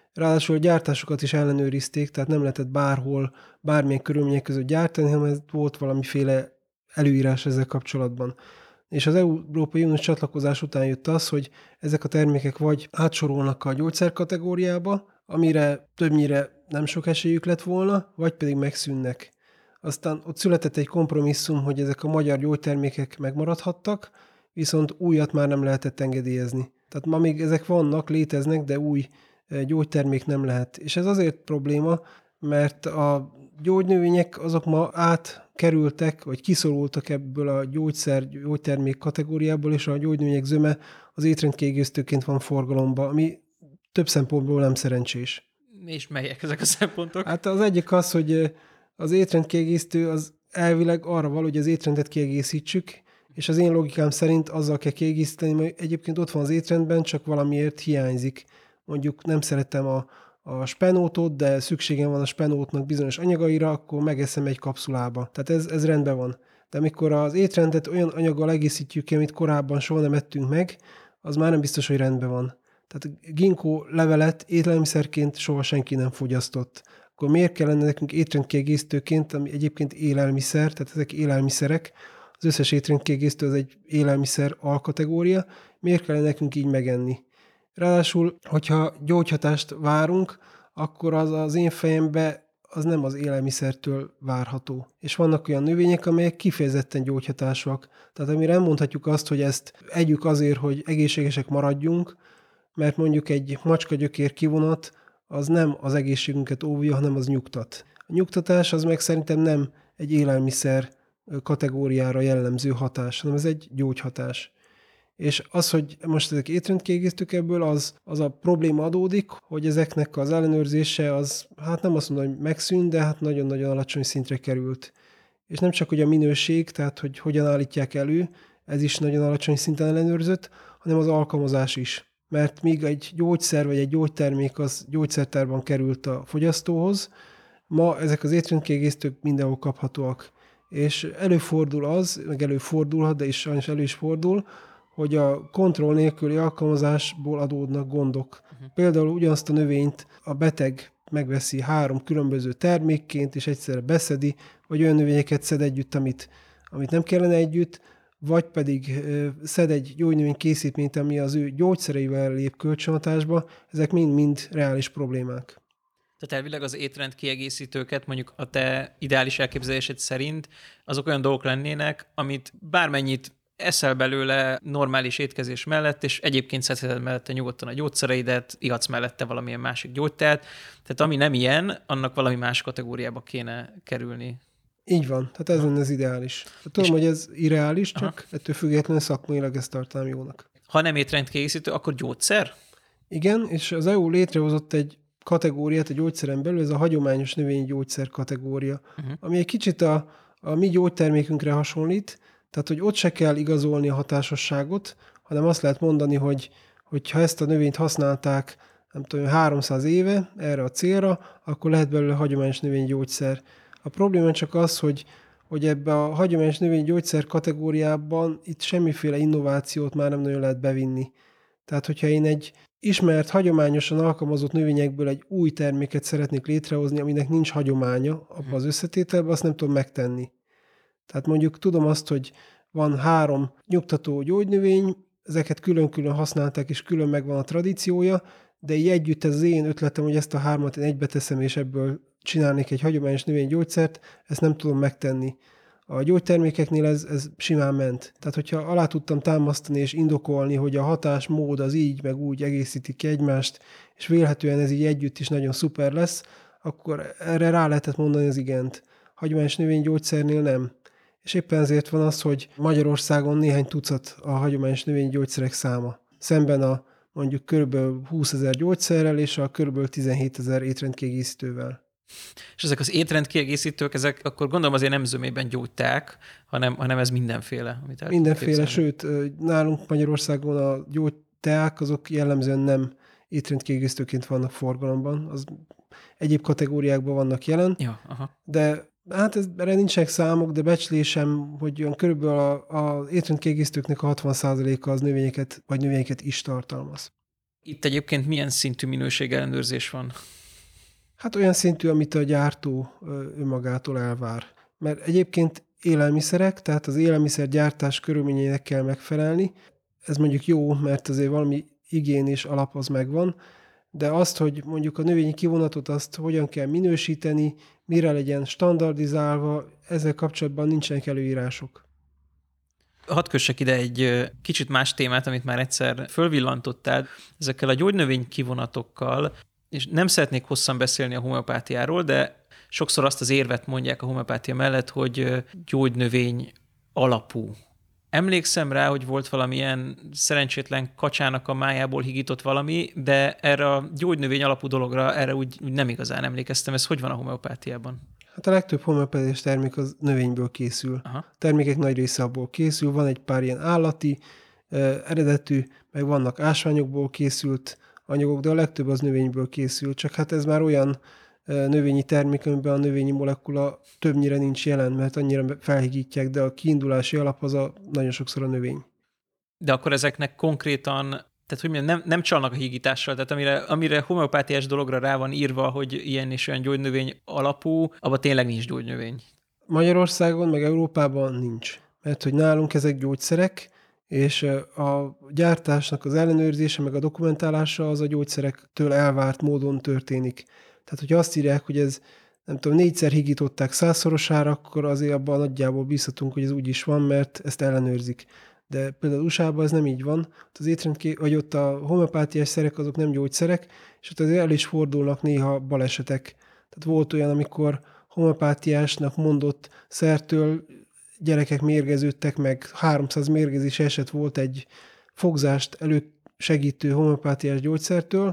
Ráadásul a gyártásokat is ellenőrizték, tehát nem lehetett bárhol, bármilyen körülmények között gyártani, hanem ez volt valamiféle előírás ezzel kapcsolatban. És az Európai Uniós csatlakozás után jött az, hogy ezek a termékek vagy átsorolnak a gyógyszer kategóriába, amire többnyire nem sok esélyük lett volna, vagy pedig megszűnnek. Aztán ott született egy kompromisszum, hogy ezek a magyar gyógytermékek megmaradhattak, viszont újat már nem lehetett engedélyezni. Tehát ma még ezek vannak, léteznek, de új gyógytermék nem lehet. És ez azért probléma, mert a gyógynövények azok ma átkerültek, vagy kiszorultak ebből a gyógyszer, gyógytermék kategóriából, és a gyógynövények zöme az étrendkiegészítőként van forgalomban, ami több szempontból nem szerencsés. És melyek ezek a szempontok? Hát az egyik az, hogy az étrendkiegészítő az elvileg arra való, hogy az étrendet kiegészítsük, és az én logikám szerint azzal kell kiegészíteni, mert egyébként ott van az étrendben, csak valamiért hiányzik. Mondjuk nem szeretem a, a spenótot, de szükségem van a spenótnak bizonyos anyagaira, akkor megeszem egy kapszulába. Tehát ez, ez rendben van. De amikor az étrendet olyan anyaggal egészítjük ki, amit korábban soha nem ettünk meg, az már nem biztos, hogy rendben van. Tehát ginkgo levelet élelmiszerként soha senki nem fogyasztott. Akkor miért kellene nekünk étrendkiegészítőként, ami egyébként élelmiszer, tehát ezek élelmiszerek, az összes étrendkiegészítő az egy élelmiszer alkategória, miért kellene nekünk így megenni? Ráadásul, hogyha gyógyhatást várunk, akkor az az én fejembe az nem az élelmiszertől várható. És vannak olyan növények, amelyek kifejezetten gyógyhatásúak. Tehát amire nem mondhatjuk azt, hogy ezt együk azért, hogy egészségesek maradjunk, mert mondjuk egy macskagyökér kivonat az nem az egészségünket óvja, hanem az nyugtat. A nyugtatás az meg szerintem nem egy élelmiszer kategóriára jellemző hatás, hanem ez egy gyógyhatás. És az, hogy most ezek étrendkiegészítők ebből, az, az a probléma adódik, hogy ezeknek az ellenőrzése az, hát nem azt mondom, hogy megszűnt, de hát nagyon-nagyon alacsony szintre került. És nem csak, hogy a minőség, tehát hogy hogyan állítják elő, ez is nagyon alacsony szinten ellenőrzött, hanem az alkalmazás is. Mert míg egy gyógyszer vagy egy gyógytermék az gyógyszertárban került a fogyasztóhoz, ma ezek az étrendkiegészítők mindenhol kaphatóak. És előfordul az, meg előfordulhat, de is sajnos elő is fordul, hogy a kontroll nélküli alkalmazásból adódnak gondok. Uh-huh. Például ugyanazt a növényt a beteg megveszi három különböző termékként, és egyszerre beszedi, vagy olyan növényeket szed együtt, amit, amit nem kellene együtt, vagy pedig ö, szed egy gyógynövény készítményt, ami az ő gyógyszereivel lép kölcsönhatásba, ezek mind-mind reális problémák. Tehát elvileg az étrend kiegészítőket mondjuk a te ideális elképzelésed szerint azok olyan dolgok lennének, amit bármennyit eszel belőle normális étkezés mellett, és egyébként szedheted mellette nyugodtan a gyógyszereidet, ihatsz mellette valamilyen másik gyógytert. Tehát ami nem ilyen, annak valami más kategóriába kéne kerülni. Így van, tehát ez lenne az ideális. Tudom, és hogy ez irreális, csak aha. ettől függetlenül szakmailag ezt tartanám jónak. Ha nem étrendkiegészítő, akkor gyógyszer? Igen, és az é u létrehozott egy kategóriát a gyógyszeren belül, ez a hagyományos növényi gyógyszer kategória, uh-huh. ami egy kicsit a, a mi gyógytermékünkre hasonlít, tehát hogy ott se kell igazolni a hatásosságot, hanem azt lehet mondani, hogy, hogy ha ezt a növényt használták, nem tudom, háromszáz éve erre a célra, akkor lehet belőle hagyományos növénygyógyszer. A probléma csak az, hogy, hogy ebbe a hagyományos növénygyógyszer kategóriában itt semmiféle innovációt már nem nagyon lehet bevinni. Tehát, hogyha én egy ismert, hagyományosan alkalmazott növényekből egy új terméket szeretnék létrehozni, aminek nincs hagyománya abban az összetételben, azt nem tudom megtenni. Tehát mondjuk tudom azt, hogy van három nyugtató gyógynövény, ezeket külön-külön használták, és külön megvan a tradíciója, de így együtt ez az én ötletem, hogy ezt a hármat én egybe teszem, és ebből csinálnék egy hagyományos növénygyógyszert, ezt nem tudom megtenni. A gyógytermékeknél ez, ez simán ment. Tehát, hogyha alá tudtam támasztani és indokolni, hogy a hatásmód az így, meg úgy egészíti ki egymást, és vélhetően ez így együtt is nagyon szuper lesz, akkor erre rá lehetett mondani az igent. Hagyományos növénygyógyszernél nem. És éppen ezért van az, hogy Magyarországon néhány tucat a hagyományos növénygyógyszerek száma. Szemben a mondjuk körülbelül húszezer gyógyszerrel és a körülbelül tizenhétezer étrendkiegészítővel. És ezek az étrendkiegészítők, ezek akkor gondolom azért nem zömében gyógyták, hanem, hanem ez mindenféle. Amit mindenféle, sőt, nálunk Magyarországon a gyógyteák azok jellemzően nem étrendkiegészítőként vannak forgalomban, az egyéb kategóriákban vannak jelen, ja, aha. de hát ez, erre nincsenek számok, de becslésem, hogy olyan körülbelül az étrendkiegészítőknek a hatvan százaléka az növényeket, vagy növényeket is tartalmaz. Itt egyébként milyen szintű minőségellenőrzés van? Hát olyan szintű, amit a gyártó önmagától elvár. Mert egyébként élelmiszerek, tehát az élelmiszergyártás körülményeinek kell megfelelni. Ez mondjuk jó, mert azért valami higiénés alap az megvan, de azt, hogy mondjuk a növényi kivonatot azt hogyan kell minősíteni, mire legyen standardizálva, ezzel kapcsolatban nincsenek előírások. Hadd kössek ide egy kicsit más témát, amit már egyszer fölvillantottál. Ezekkel a gyógynövény kivonatokkal, és nem szeretnék hosszan beszélni a homeopátiáról, de sokszor azt az érvet mondják a homeopátia mellett, hogy gyógynövény alapú. Emlékszem rá, hogy volt valamilyen szerencsétlen kacsának a májából higított valami, de erre a gyógynövény alapú dologra erre úgy, úgy nem igazán emlékeztem. Ez hogy van a homeopátiában? Hát a legtöbb homeopátiás termék az növényből készül. Aha. A termékek nagy része abból készül, van egy pár ilyen állati eh, eredetű, meg vannak ásványokból készült anyagok, de a legtöbb az növényből készül. Csak hát ez már olyan eh, növényi termék, amiben a növényi molekula többnyire nincs jelen, mert annyira felhigítják, de a kiindulási alap az a, nagyon sokszor a növény. De akkor ezeknek konkrétan, tehát hogy mondjam, nem, nem csalnak a hígítással, tehát amire, amire homeopátiás dologra rá van írva, hogy ilyen és olyan gyógynövény alapú, abban tényleg nincs gyógynövény. Magyarországon, meg Európában nincs. Mert hogy nálunk ezek gyógyszerek, és a gyártásnak az ellenőrzése, meg a dokumentálása az a gyógyszerektől elvárt módon történik. Tehát, hogyha azt írják, hogy ez nem tudom, négyszer higították százszorosára, akkor azért abban nagyjából bízhatunk, hogy ez úgy is van, mert ezt ellenőrzik. De például u es á-ban ez nem így van. Az étrendké, vagy ott a homeopátiás szerek azok nem gyógyszerek, és ott azért el is fordulnak néha balesetek. Tehát volt olyan, amikor homeopátiásnak mondott szertől gyerekek mérgeződtek meg, háromszáz mérgezés eset volt egy fogzást elősegítő homeopátiás gyógyszertől,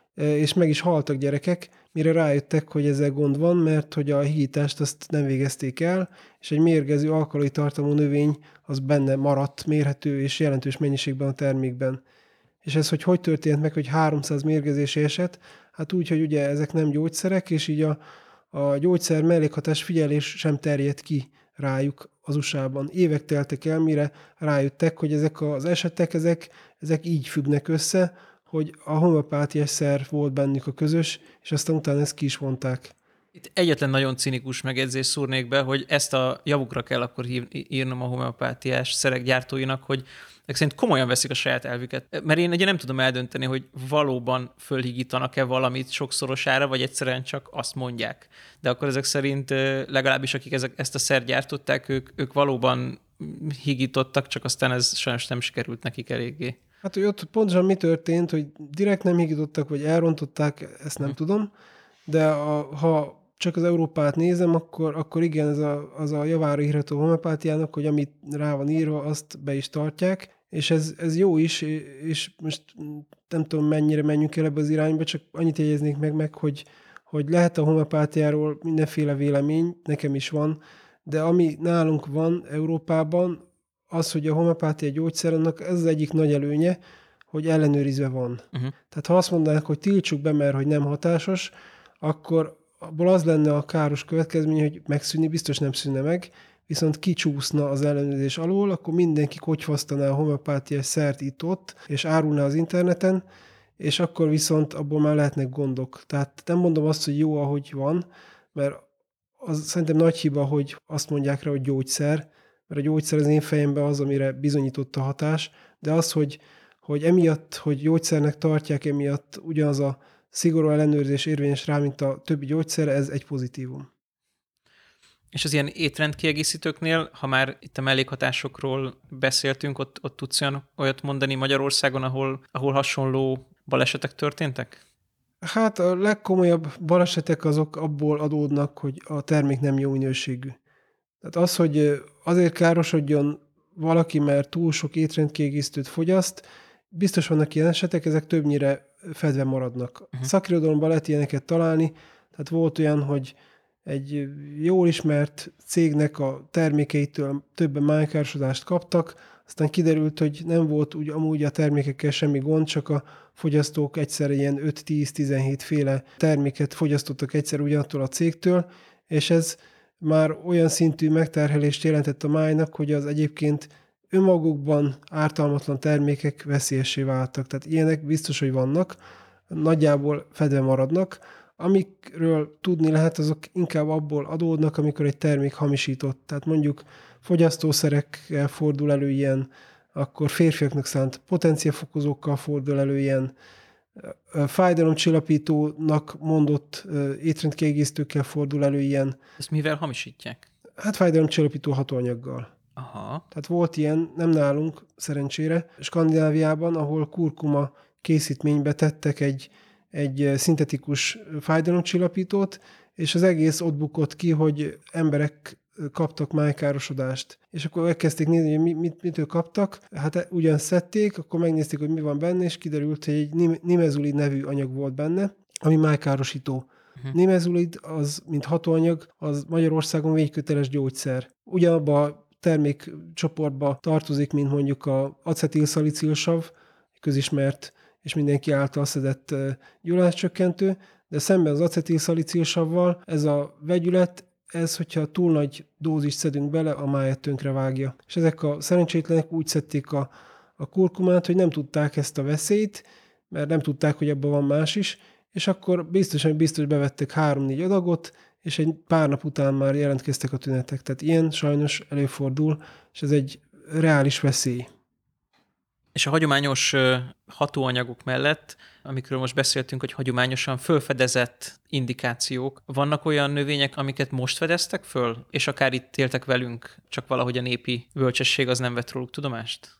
és meg is haltak gyerekek, mire rájöttek, hogy ezzel gond van, mert hogy a hígítást azt nem végezték el, és egy mérgező alkali tartalmú növény az benne maradt, mérhető és jelentős mennyiségben a termékben. És ez, hogy hogy történt meg, hogy háromszáz mérgezési eset, hát úgy, hogy ugye ezek nem gyógyszerek, és így a, a gyógyszer mellékhatás figyelés sem terjed ki rájuk az u es á-ban. Évek teltek el, mire rájöttek, hogy ezek az esetek, ezek, ezek így függnek össze, hogy a homeopátiás szer volt bennük a közös, és aztán utána ezt ki is vonták. Itt egyetlen nagyon cinikus megjegyzést szúrnék be, hogy ezt a javukra kell akkor írnom a homeopátiás szerek gyártóinak, hogy ezek szerint komolyan veszik a saját elvüket. Mert én ugye nem tudom eldönteni, hogy valóban fölhigítanak-e valamit sokszorosára, vagy egyszerűen csak azt mondják. De akkor ezek szerint legalábbis akik ezek, ezt a szert gyártották, ők, ők valóban higítottak, csak aztán ez sajnos nem sikerült nekik eléggé. Hát, hogy ott pontosan mi történt, hogy direkt nem higítottak, vagy elrontották, ezt nem hm. tudom, de a, ha csak az Európát nézem, akkor, akkor igen, ez a, az a javára írható homeopátiának, hogy amit rá van írva, azt be is tartják, és ez, ez jó is, és most nem tudom, mennyire menjünk el ebbe az irányba, csak annyit jegyeznék meg, meg hogy, hogy lehet a homeopátiáról mindenféle vélemény, nekem is van, de ami nálunk van Európában, az, hogy a homeopátia gyógyszer, annak ez az egyik nagy előnye, hogy ellenőrizve van. Uh-huh. Tehát ha azt mondanak, hogy tiltsuk be, mert hogy nem hatásos, akkor abból az lenne a káros következmény, hogy megszűnni, biztos nem szűnne meg, viszont kicsúszna az ellenőrzés alól, akkor mindenki kogyfasztaná a homeopátiás szert itt-ott, és árulná az interneten, és akkor viszont abból már lehetnek gondok. Tehát nem mondom azt, hogy jó, ahogy van, mert az szerintem nagy hiba, hogy azt mondják rá, hogy gyógyszer, mert a gyógyszer az én fejemben az, amire bizonyított a hatás, de az, hogy, hogy emiatt, hogy gyógyszernek tartják, emiatt ugyanaz a szigorú ellenőrzés érvényes rá, mint a többi gyógyszer, ez egy pozitívum. És az ilyen étrendkiegészítőknél, ha már itt a mellékhatásokról beszéltünk, ott, ott tudsz olyan, olyat mondani Magyarországon, ahol, ahol hasonló balesetek történtek? Hát a legkomolyabb balesetek azok abból adódnak, hogy a termék nem jó minőségű. Tehát az, hogy azért károsodjon valaki, mert túl sok étrendkiegészítőt fogyaszt, biztos vannak ilyen esetek, ezek többnyire fedve maradnak. Uh-huh. Szakirodalomban lehet ilyeneket találni, tehát volt olyan, hogy egy jól ismert cégnek a termékeitől többen májkárosodást kaptak, aztán kiderült, hogy nem volt úgy amúgy a termékekkel semmi gond, csak a fogyasztók egyszer ilyen öt-tíz-tizenhét féle terméket fogyasztottak egyszer ugyanattól a cégtől, és ez már olyan szintű megterhelést jelentett a májnak, hogy az egyébként önmagukban ártalmatlan termékek veszélyessé váltak. Tehát ilyenek biztos, hogy vannak, nagyjából fedve maradnak. Amikről tudni lehet, azok inkább abból adódnak, amikor egy termék hamisított. Tehát mondjuk fogyasztószerekkel fordul elő ilyen, akkor férfiaknak szánt potenciafokozókkal fordul elő ilyen, fájdalomcsillapítónak mondott étrendkiegészítőkkel fordul elő ilyen. Ezt mivel hamisítják? Hát fájdalomcsillapító hatóanyaggal. Aha. Tehát volt ilyen, nem nálunk szerencsére, Skandináviában, ahol kurkuma készítménybe tettek egy, egy szintetikus fájdalomcsillapítót, és az egész ott bukott ki, hogy emberek kaptak májkárosodást. És akkor elkezdték nézni, hogy mit, mitől kaptak. Hát ugyan szedték, akkor megnézték, hogy mi van benne, és kiderült, hogy egy nimezulid nevű anyag volt benne, ami májkárosító. Uh-huh. Nimezulid, az, mint hatóanyag, az Magyarországon végköteles gyógyszer. Ugyanabban a termékcsoportba tartozik, mint mondjuk a acetilszalicilsav, közismert és mindenki által szedett gyulladáscsökkentő, de szemben az acetilszalicilsavval ez a vegyület, ez, hogyha túl nagy dózist szedünk bele, a májat tönkre vágja. És ezek a szerencsétlenek úgy szedték a, a kurkumát, hogy nem tudták ezt a veszélyt, mert nem tudták, hogy abban van más is, és akkor biztosan biztos bevettek három-négy adagot, és egy pár nap után már jelentkeztek a tünetek. Tehát ilyen sajnos előfordul, és ez egy reális veszély. És a hagyományos hatóanyagok mellett, amikről most beszéltünk, hogy hagyományosan fölfedezett indikációk, vannak olyan növények, amiket most fedeztek föl, és akár itt éltek velünk, csak valahogy a népi bölcsesség az nem vett róluk tudomást?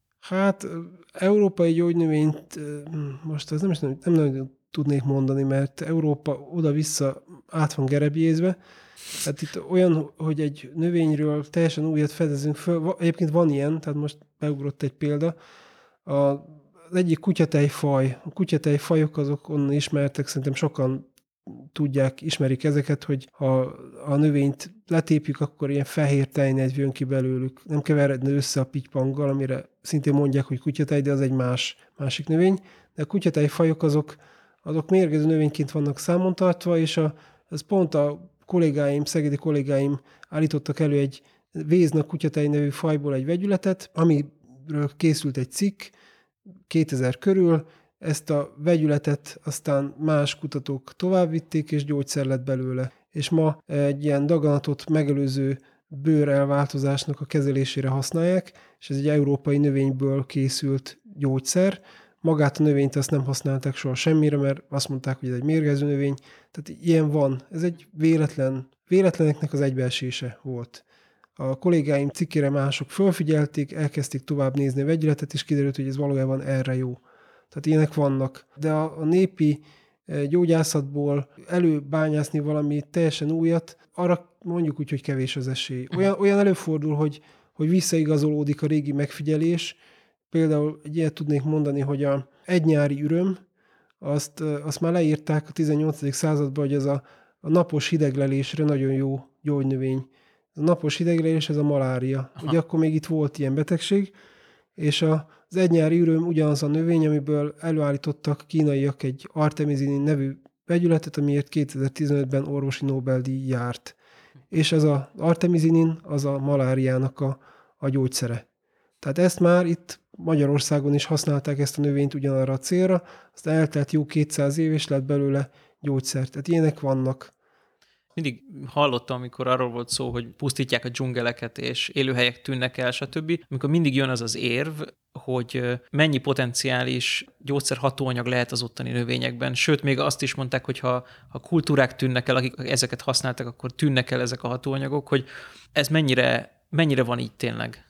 Hát európai gyógynövényt most ez nem is nem, nem nagyon tudnék mondani, mert Európa oda-vissza át van gerebjézve. Hát itt olyan, hogy egy növényről teljesen újat fedezünk föl. Egyébként van ilyen, tehát most beugrott egy példa. A, az egyik kutyatejfaj, a kutyatejfajok azok onnan ismertek, szerintem sokan tudják, ismerik ezeket, hogy ha a növényt letépjük, akkor ilyen fehér tejnegy jön ki belőlük. Nem keveredne össze a pittypanggal, amire szintén mondják, hogy kutyatej, de az egy más, másik növény. De a kutyatejfajok azok, azok mérgező növényként vannak számon tartva, és a, ez pont a kollégáim, szegedi kollégáim állítottak elő egy Vézna kutyatej nevű fajból egy vegyületet, amiről készült egy cikk kétezer körül. Ezt a vegyületet aztán más kutatók továbbvitték, és gyógyszer lett belőle. És ma egy ilyen daganatot megelőző bőrelváltozásnak a kezelésére használják, és ez egy európai növényből készült gyógyszer. Magát a növényt azt nem használták soha semmire, mert azt mondták, hogy ez egy mérgező növény. Tehát ilyen van. Ez egy véletlen, véletleneknek az egybeesése volt. A kollégáim cikkére mások fölfigyelték, elkezdték tovább nézni a vegyületet, és kiderült, hogy ez valójában erre jó. Tehát ilyenek vannak. De a, a népi gyógyászatból előbányászni valami teljesen újat, arra mondjuk úgy, hogy kevés az esély. Olyan, olyan előfordul, hogy, hogy visszaigazolódik a régi megfigyelés. Például egy ilyet tudnék mondani, hogy a egynyári üröm, azt, azt már leírták a tizennyolcadik században, hogy ez a, a napos hideglelésre nagyon jó gyógynövény. A napos hideglelés, ez a malária. Aha. Ugye akkor még itt volt ilyen betegség, és a, az egynyári üröm ugyanaz a növény, amiből előállítottak kínaiak egy artemisinin nevű vegyületet, amiért kétezer-tizenötben orvosi Nobel-díj járt. És ez az artemisinin az a maláriának a, a gyógyszere. Tehát ezt már itt Magyarországon is használták, ezt a növényt ugyanarra a célra, aztán eltelt jó kétszáz év, és lett belőle gyógyszer. Tehát ilyenek vannak. Mindig hallottam, amikor arról volt szó, hogy pusztítják a dzsungeleket, és élőhelyek tűnnek el, stb. Amikor mindig jön az az érv, hogy mennyi potenciális gyógyszerhatóanyag lehet az ottani növényekben. Sőt, még azt is mondták, hogy ha, ha kultúrák tűnnek el, akik ezeket használtak, akkor tűnnek el ezek a hatóanyagok, hogy ez mennyire, mennyire van így tényleg?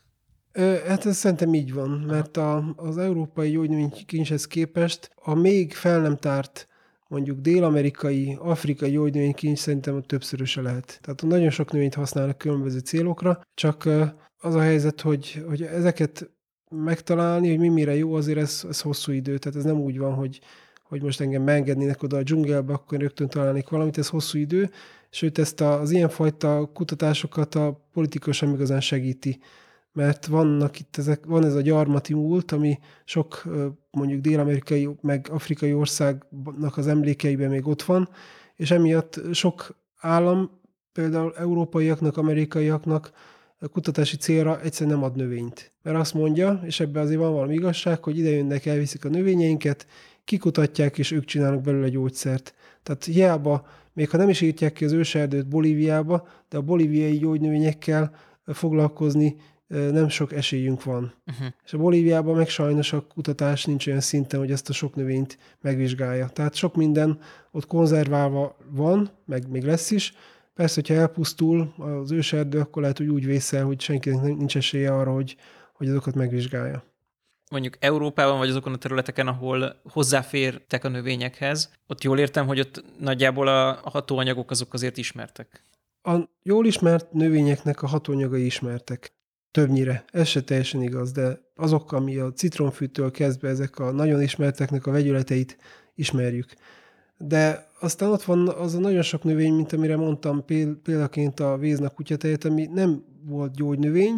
Hát ez szerintem így van, mert a, az európai gyógynövénykincshez képest a még fel nem tárt mondjuk dél-amerikai, afrikai gyógynövénykincs szerintem a többszöröse lehet. Tehát nagyon sok növényt használnak különböző célokra, csak az a helyzet, hogy, hogy ezeket megtalálni, hogy mi mire jó, azért ez, ez hosszú idő. Tehát ez nem úgy van, hogy, hogy most engem beengednének oda a dzsungelbe, akkor rögtön találnék valamit, ez hosszú idő. Sőt, ezt az ilyenfajta kutatásokat a politika sem igazán segíti. Mert vannak itt ezek, van ez a gyarmati múlt, ami sok mondjuk dél-amerikai, meg afrikai országnak az emlékeiben még ott van, és emiatt sok állam, például európaiaknak, amerikaiaknak kutatási célra egyszerűen nem ad növényt. Mert azt mondja, és ebben azért van valami igazság, hogy ide jönnek, elviszik a növényeinket, kikutatják, és ők csinálnak belőle gyógyszert. Tehát hiába, még ha nem is írtják ki az őserdőt Bolíviába, de a bolíviai gyógynövényekkel foglalkozni nem sok esélyünk van. Uh-huh. És a Bolíviában meg sajnos a kutatás nincs olyan szinten, hogy ezt a sok növényt megvizsgálja. Tehát sok minden ott konzerválva van, meg még lesz is. Persze, hogyha elpusztul az őserdő, akkor lehet, hogy úgy vészel, hogy senkinek nincs esélye arra, hogy, hogy azokat megvizsgálja. Mondjuk Európában, vagy azokon a területeken, ahol hozzáfértek a növényekhez, ott jól értem, hogy ott nagyjából a hatóanyagok azok azért ismertek. A jól ismert növényeknek a hatóanyagai ismertek. Többnyire. Ez se teljesen igaz, de azok, ami a citromfűtől kezdve ezek a nagyon ismerteknek a vegyületeit ismerjük. De aztán ott van az a nagyon sok növény, mint amire mondtam példaként a véznak kutyatejet, ami nem volt gyógynövény,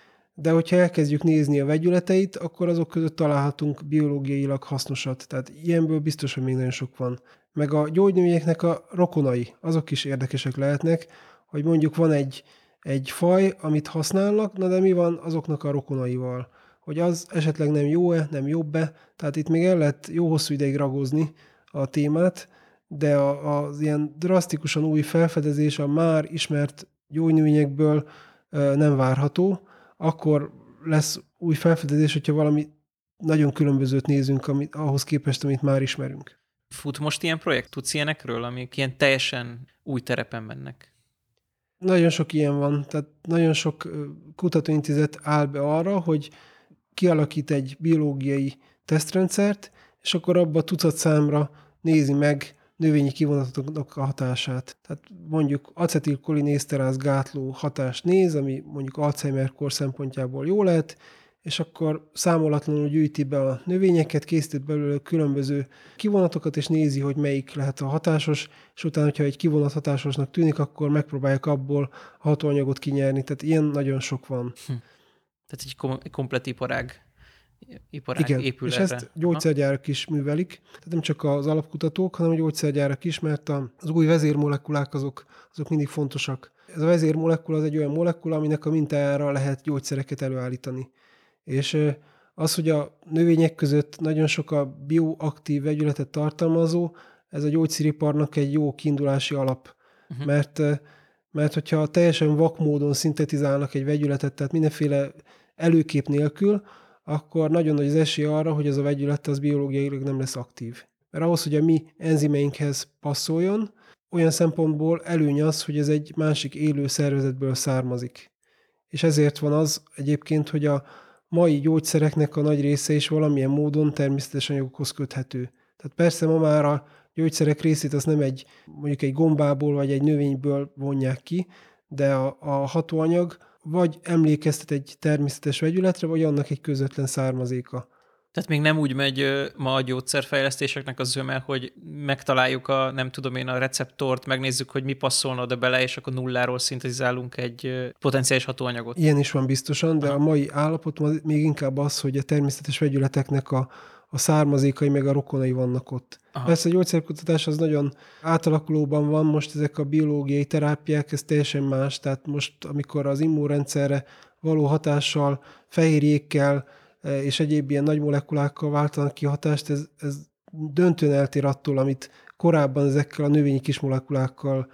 de hogyha elkezdjük nézni a vegyületeit, akkor azok között találhatunk biológiailag hasznosat. Tehát ilyenből biztos, hogy még nagyon sok van. Meg a gyógynövényeknek a rokonai, azok is érdekesek lehetnek, hogy mondjuk van egy, egy faj, amit használnak, na de mi van azoknak a rokonaival? Hogy az esetleg nem jó-e, nem jobb-e, tehát itt még el lehet jó hosszú ideig ragozni a témát, de a, az ilyen drasztikusan új felfedezés a már ismert gyógynövényekből nem várható, akkor lesz új felfedezés, hogyha valami nagyon különbözőt nézünk amit, ahhoz képest, amit már ismerünk. Fut most ilyen projekt? Tudsz ilyenekről, amik ilyen teljesen új terepen mennek? Nagyon sok ilyen van. Tehát nagyon sok kutatóintézet áll be arra, hogy kialakít egy biológiai tesztrendszert, és akkor abba tucat számra nézi meg növényi kivonatoknak a hatását. Tehát mondjuk acetilkolinészteráz gátló hatást néz, ami mondjuk Alzheimer-kor szempontjából jó lehet, és akkor számolatlanul gyűjti be a növényeket, készít belőle különböző kivonatokat, és nézi, hogy melyik lehet a hatásos, és utána, hogyha egy kivonat hatásosnak tűnik, akkor megpróbálják abból a hatóanyagot kinyerni. Tehát ilyen nagyon sok van. Hm. Tehát egy kom- komplet iparág. iparág Igen, épül és erre. ezt gyógyszergyárak is művelik. Tehát nem csak az alapkutatók, hanem a gyógyszergyárak is, mert az új vezérmolekulák azok, azok mindig fontosak. Ez a vezérmolekula az egy olyan molekula, aminek a mintájára lehet gyógyszereket előállítani. És az, hogy a növények között nagyon sok a bioaktív vegyületet tartalmazó, ez a gyógyszeriparnak egy jó kiindulási alap. Uh-huh. Mert, mert hogyha teljesen vak módon szintetizálnak egy vegyületet, tehát mindenféle előkép nélkül, akkor nagyon nagy az esély arra, hogy ez a vegyület az biológiailag nem lesz aktív. Mert ahhoz, hogy a mi enzimeinkhez passzoljon, olyan szempontból előny az, hogy ez egy másik élő szervezetből származik. És ezért van az egyébként, hogy a mai gyógyszereknek a nagy része is valamilyen módon természetes anyagokhoz köthető. Tehát persze ma már a gyógyszerek részét az nem egy, mondjuk egy gombából vagy egy növényből vonják ki, de a, a hatóanyag vagy emlékeztet egy természetes vegyületre, vagy annak egy közvetlen származéka. Tehát még nem úgy megy ma a gyógyszerfejlesztéseknek az zöme, hogy megtaláljuk a, nem tudom én, a receptort, megnézzük, hogy mi passzolna oda bele, és akkor nulláról szintetizálunk egy potenciális hatóanyagot. Ilyen is van biztosan, de Aha. a mai állapot még inkább az, hogy a természetes vegyületeknek a, a származékai meg a rokonai vannak ott. Aha. Persze a gyógyszerkutatás az nagyon átalakulóban van, most ezek a biológiai terápiák, ez teljesen más, tehát most amikor az immunrendszerre való hatással, fehérjékkel és egyéb ilyen nagy molekulákkal váltanak ki hatást, ez, ez döntően eltér attól, amit korábban ezekkel a növényi kis molekulákkal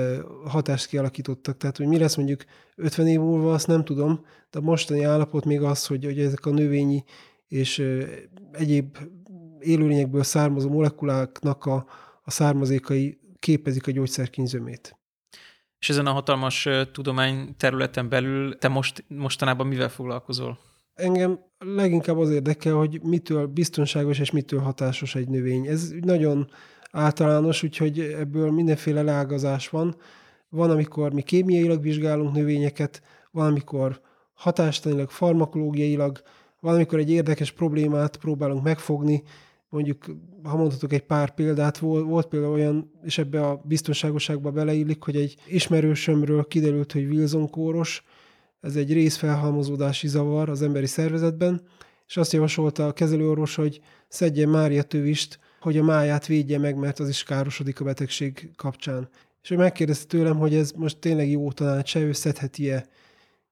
hatást kialakítottak. Tehát, hogy mi lesz mondjuk ötven év múlva, azt nem tudom, de a mostani állapot még az, hogy, hogy ezek a növényi és egyéb élőlényekből származó molekuláknak a, a származékai képezik a gyógyszerkín zömét. És ezen a hatalmas tudományterületen belül te most, mostanában mivel foglalkozol? Engem leginkább az érdekel, hogy mitől biztonságos és mitől hatásos egy növény. Ez nagyon általános, úgyhogy ebből mindenféle leágazás van. Van, amikor mi kémiailag vizsgálunk növényeket, van, amikor hatástanilag, farmakológiailag, van, amikor egy érdekes problémát próbálunk megfogni. Mondjuk, ha mondhatok egy pár példát, volt, volt például olyan, és ebbe a biztonságosságba beleillik, hogy egy ismerősömről kiderült, hogy Wilson-kóros, ez egy részfelhalmozódási zavar az emberi szervezetben, és azt javasolta a kezelőorvos, hogy szedjen máriatövist, hogy a máját védje meg, mert az is károsodik a betegség kapcsán. És ő megkérdezte tőlem, hogy ez most tényleg jó tanács, ő szedheti-e.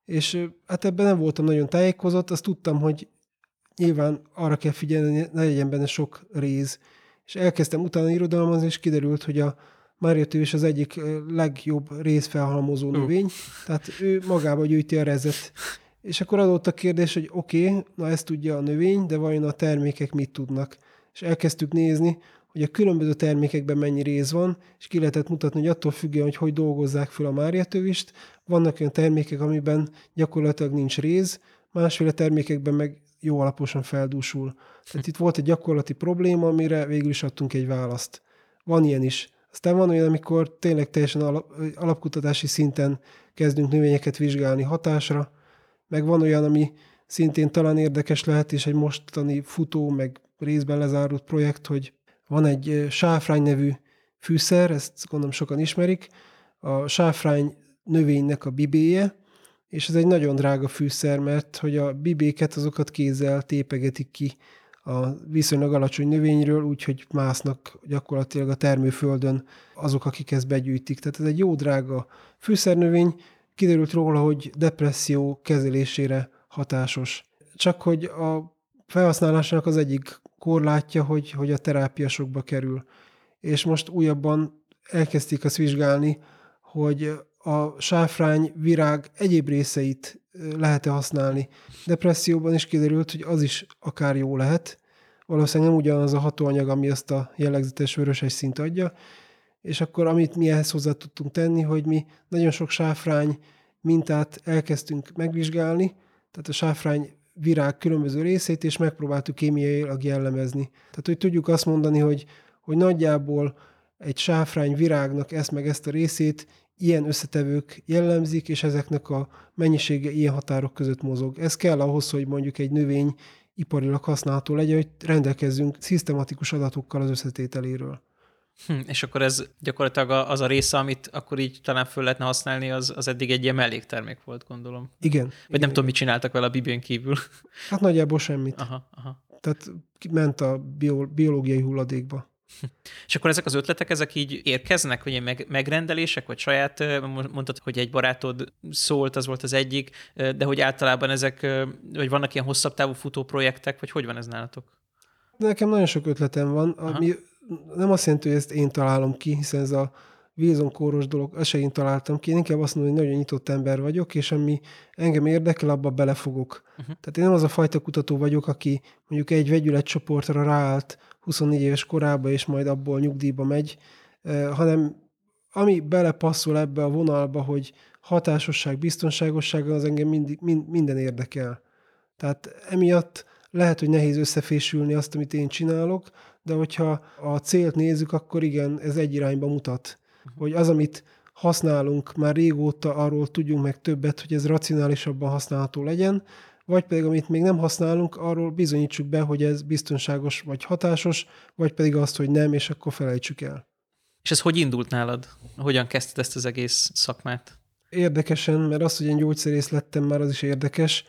És hát ebben nem voltam nagyon tájékozott, azt tudtam, hogy nyilván arra kell figyelni, hogy ne legyen benne sok réz. És elkezdtem utána irodalmazni, és kiderült, hogy a márjatövis az egyik legjobb rézfelhalmozó Uh. növény, tehát ő magába gyűjti a rezet. És akkor adott a kérdés, hogy oké, okay, na ezt tudja a növény, de vajon a termékek mit tudnak? És elkezdtük nézni, hogy a különböző termékekben mennyi réz van, és ki lehetett mutatni, hogy attól függően, hogy hogy dolgozzák fel a márjatövist, vannak olyan termékek, amiben gyakorlatilag nincs réz, másféle termékekben meg jó alaposan feldúsul. Tehát itt volt egy gyakorlati probléma, amire végül is adtunk egy választ. Van ilyen is. Aztán van olyan, amikor tényleg teljesen alap, alapkutatási szinten kezdünk növényeket vizsgálni hatásra, meg van olyan, ami szintén talán érdekes lehet, és egy mostani futó, meg részben lezárult projekt, hogy van egy sáfrány nevű fűszer, ezt gondolom sokan ismerik, a sáfrány növénynek a bibéje, és ez egy nagyon drága fűszer, mert hogy a bibéket azokat kézzel tépegetik ki a viszonylag alacsony növényről, úgyhogy másznak gyakorlatilag a termőföldön azok, akik ezt begyűjtik. Tehát ez egy jó drága fűszernövény, kiderült róla, hogy depresszió kezelésére hatásos. Csak hogy a felhasználásának az egyik korlátja, hogy, hogy a terápia sokba kerül. És most újabban elkezdték azt vizsgálni, hogy a sáfrány virág egyéb részeit lehet-e használni. Depresszióban is kiderült, hogy az is akár jó lehet. Valószínűleg nem ugyanaz a hatóanyag, ami azt a jellegzetes vöröses szint adja. És akkor amit mi ehhez hozzá tudtunk tenni, hogy mi nagyon sok sáfrány mintát elkezdtünk megvizsgálni, tehát a sáfrány virág különböző részét, és megpróbáltuk kémiailag jellemezni. Tehát, hogy tudjuk azt mondani, hogy, hogy nagyjából egy sáfrány virágnak ezt meg ezt a részét ilyen összetevők jellemzik, és ezeknek a mennyisége ilyen határok között mozog. Ez kell ahhoz, hogy mondjuk egy növény iparilag használható legyen, hogy rendelkezzünk szisztematikus adatokkal az összetételéről. Hm, és akkor ez gyakorlatilag az a része, amit akkor így talán föl lehetne használni, az, az eddig egy ilyen melléktermék volt, gondolom. Igen. Vagy igen. nem tudom, mit csináltak vele a bibén kívül. Hát nagyjából semmit. Aha, aha. Tehát ment a biológiai hulladékba. És akkor ezek az ötletek, ezek így érkeznek, hogy meg, megrendelések, vagy saját, mondtad, hogy egy barátod szólt, az volt az egyik, de hogy általában ezek, vagy vannak ilyen hosszabb távú futóprojektek, vagy hogy van ez nálatok? Nekem nagyon sok ötletem van, ami Aha. nem azt jelenti, hogy ezt én találom ki, hiszen ez a Wilson kóros dolog, ezt se én találtam ki, én inkább azt mondom, hogy nagyon nyitott ember vagyok, és ami engem érdekel, abba belefogok. Uh-huh. Tehát én nem az a fajta kutató vagyok, aki mondjuk egy vegyületcsoportra ráállt huszonnégy éves korában, és majd abból nyugdíjba megy, hanem ami belepasszol ebbe a vonalba, hogy hatásosság, biztonságosság, az engem mindig, mind, minden érdekel. Tehát emiatt lehet, hogy nehéz összefésülni azt, amit én csinálok, de hogyha a célt nézzük, akkor igen, ez egy irányba mutat. Uh-huh. Hogy az, amit használunk már régóta, arról tudjunk meg többet, hogy ez racionálisabban használható legyen, vagy pedig amit még nem használunk, arról bizonyítsuk be, hogy ez biztonságos vagy hatásos, vagy pedig azt, hogy nem, és akkor felejtsük el. És ez hogy indult nálad? Hogyan kezdted ezt az egész szakmát? Érdekesen, mert az, hogy én gyógyszerész lettem, már az is érdekes,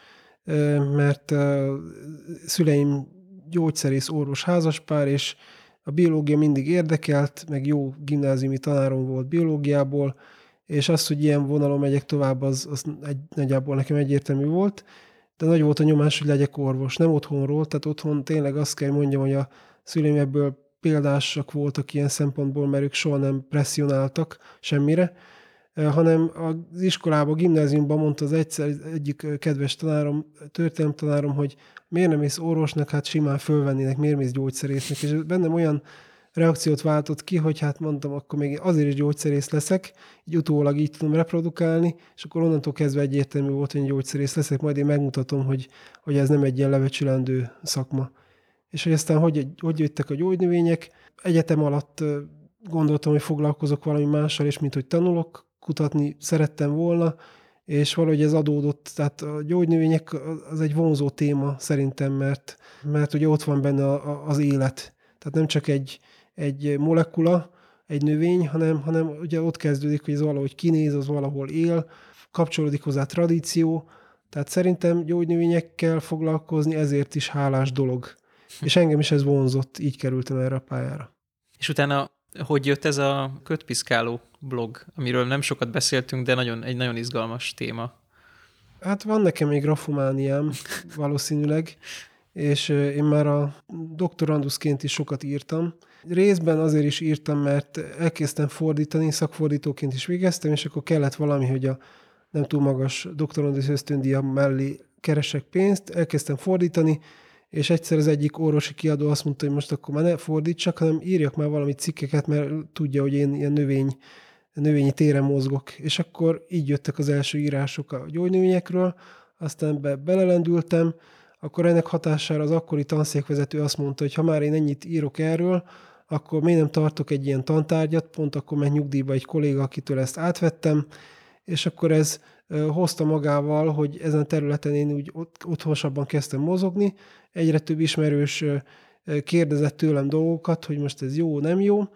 mert szüleim gyógyszerész orvos házaspár, és a biológia mindig érdekelt, meg jó gimnáziumi tanárom volt biológiából, és az, hogy ilyen vonalon megyek tovább, az, az egy, nagyjából nekem egyértelmű volt, de nagy volt a nyomás, hogy legyek orvos, nem otthonról, tehát otthon tényleg azt kell mondjam, hogy a szüleim ebből példásak voltak ilyen szempontból, mert ők soha nem presszionáltak semmire, hanem az iskolában, a gimnáziumban mondta az egyszer egyik kedves tanárom, történelem tanárom, hogy miért nem mész orvosnak, hát simán fölvennének, miért mész gyógyszerésznek, és bennem olyan reakciót váltott ki, hogy hát mondtam, akkor még azért is gyógyszerész leszek, így utólag így tudom reprodukálni, és akkor onnantól kezdve egyértelmű volt, hogy gyógyszerész leszek, majd én megmutatom, hogy, hogy ez nem egy ilyen lebecsülendő szakma. És hogy aztán hogy, hogy jöttek a gyógynövények, egyetem alatt gondoltam, hogy foglalkozok valami mással, és mint hogy tanulok, kutatni szerettem volna, és valahogy ez adódott, tehát a gyógynövények az egy vonzó téma szerintem, mert, mert ugye ott van benne a, a, az élet. Tehát nem csak egy, egy molekula, egy növény, hanem, hanem ugye ott kezdődik, hogy ez valahogy kinéz, az valahol él, kapcsolódik hozzá tradíció, tehát szerintem gyógynövényekkel foglalkozni ezért is hálás dolog. És engem is ez vonzott, így kerültem erre a pályára. És utána hogy jött ez a kötpiszkáló blog, amiről nem sokat beszéltünk, de nagyon, egy nagyon izgalmas téma? Hát van nekem még grafomániám valószínűleg, és én már a doktoranduszként is sokat írtam. Részben azért is írtam, mert elkezdtem fordítani, szakfordítóként is végeztem, és akkor kellett valami, hogy a nem túl magas doktorandusz ösztöndíjam mellé keresek pénzt, elkezdtem fordítani, és egyszer az egyik orvosi kiadó azt mondta, hogy most akkor már ne fordítsak, hanem írjak már valami cikkeket, mert tudja, hogy én ilyen növény, növényi téren mozgok. És akkor így jöttek az első írások a gyógynövényekről, aztán be, belelendültem, akkor ennek hatására az akkori tanszékvezető azt mondta, hogy ha már én ennyit írok erről, akkor még nem tartok egy ilyen tantárgyat, pont akkor ment nyugdíjba egy kolléga, akitől ezt átvettem, és akkor ez hozta magával, hogy ezen a területen én úgy otthosabban kezdtem mozogni. Egyre több ismerős kérdezett tőlem dolgokat, hogy most ez jó, nem jó,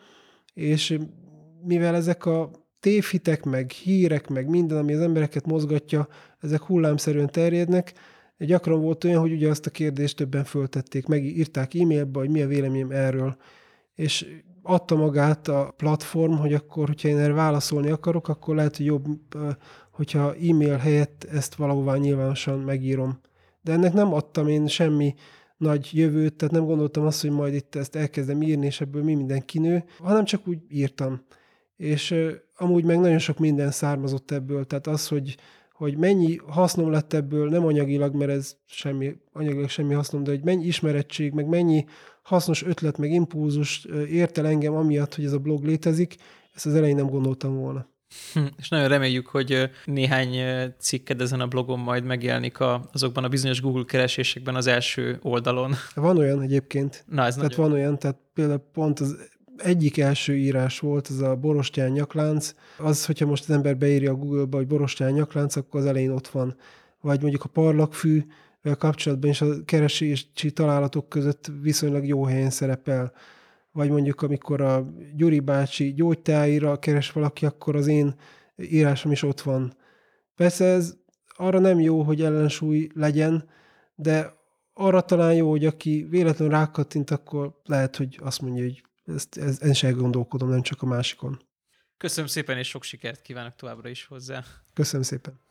és mivel ezek a tévhitek, meg hírek, meg minden, ami az embereket mozgatja, ezek hullámszerűen terjednek, gyakran volt olyan, hogy ugye azt a kérdést többen föltették, megírták e-mailbe, hogy mi a véleményem erről, és adta magát a platform, hogy akkor, hogyha én erre válaszolni akarok, akkor lehet, hogy jobb, hogyha e-mail helyett ezt valahová nyilvánosan megírom. De ennek nem adtam én semmi nagy jövőt, tehát nem gondoltam azt, hogy majd itt ezt elkezdem írni, és ebből mi minden kinő, hanem csak úgy írtam. És uh, amúgy meg nagyon sok minden származott ebből, tehát az, hogy, hogy mennyi hasznom lett ebből, nem anyagilag, mert ez semmi, anyagilag semmi hasznom, de hogy mennyi ismerettség, meg mennyi hasznos ötlet, meg impulzus ért el engem amiatt, hogy ez a blog létezik, ezt az elején nem gondoltam volna. Hm, és nagyon reméljük, hogy néhány cikked ezen a blogon majd megjelenik a, azokban a bizonyos Google keresésekben az első oldalon. Van olyan egyébként. Na, ez tehát nagyon... van olyan, tehát például pont az egyik első írás volt, az a borostyán nyaklánc. Az, hogyha most az ember beírja a Google-ba, hogy borostyán nyaklánc, akkor az elején ott van. Vagy mondjuk a parlagfű kapcsolatban is a keresési találatok között viszonylag jó helyen szerepel. Vagy mondjuk, amikor a Gyuri bácsi gyógyteáira keres valaki, akkor az én írásom is ott van. Persze ez arra nem jó, hogy ellensúly legyen, de arra talán jó, hogy aki véletlenül rákattint, akkor lehet, hogy azt mondja, hogy ezt, ezt, ezt sem gondolkodom, nem csak a másikon. Köszönöm szépen, és sok sikert kívánok továbbra is hozzá. Köszönöm szépen.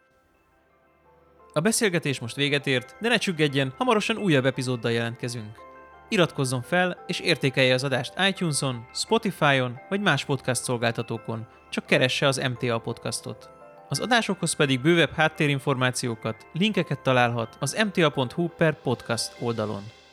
A beszélgetés most véget ért, de ne csüggedjen, hamarosan újabb epizóddal jelentkezünk. Iratkozzon fel, és értékelje az adást iTunes-on, Spotify-on, vagy más podcast szolgáltatókon, csak keresse az em té á podcastot. Az adásokhoz pedig bővebb háttérinformációkat, linkeket találhat az em té á pont hú per podcast oldalon.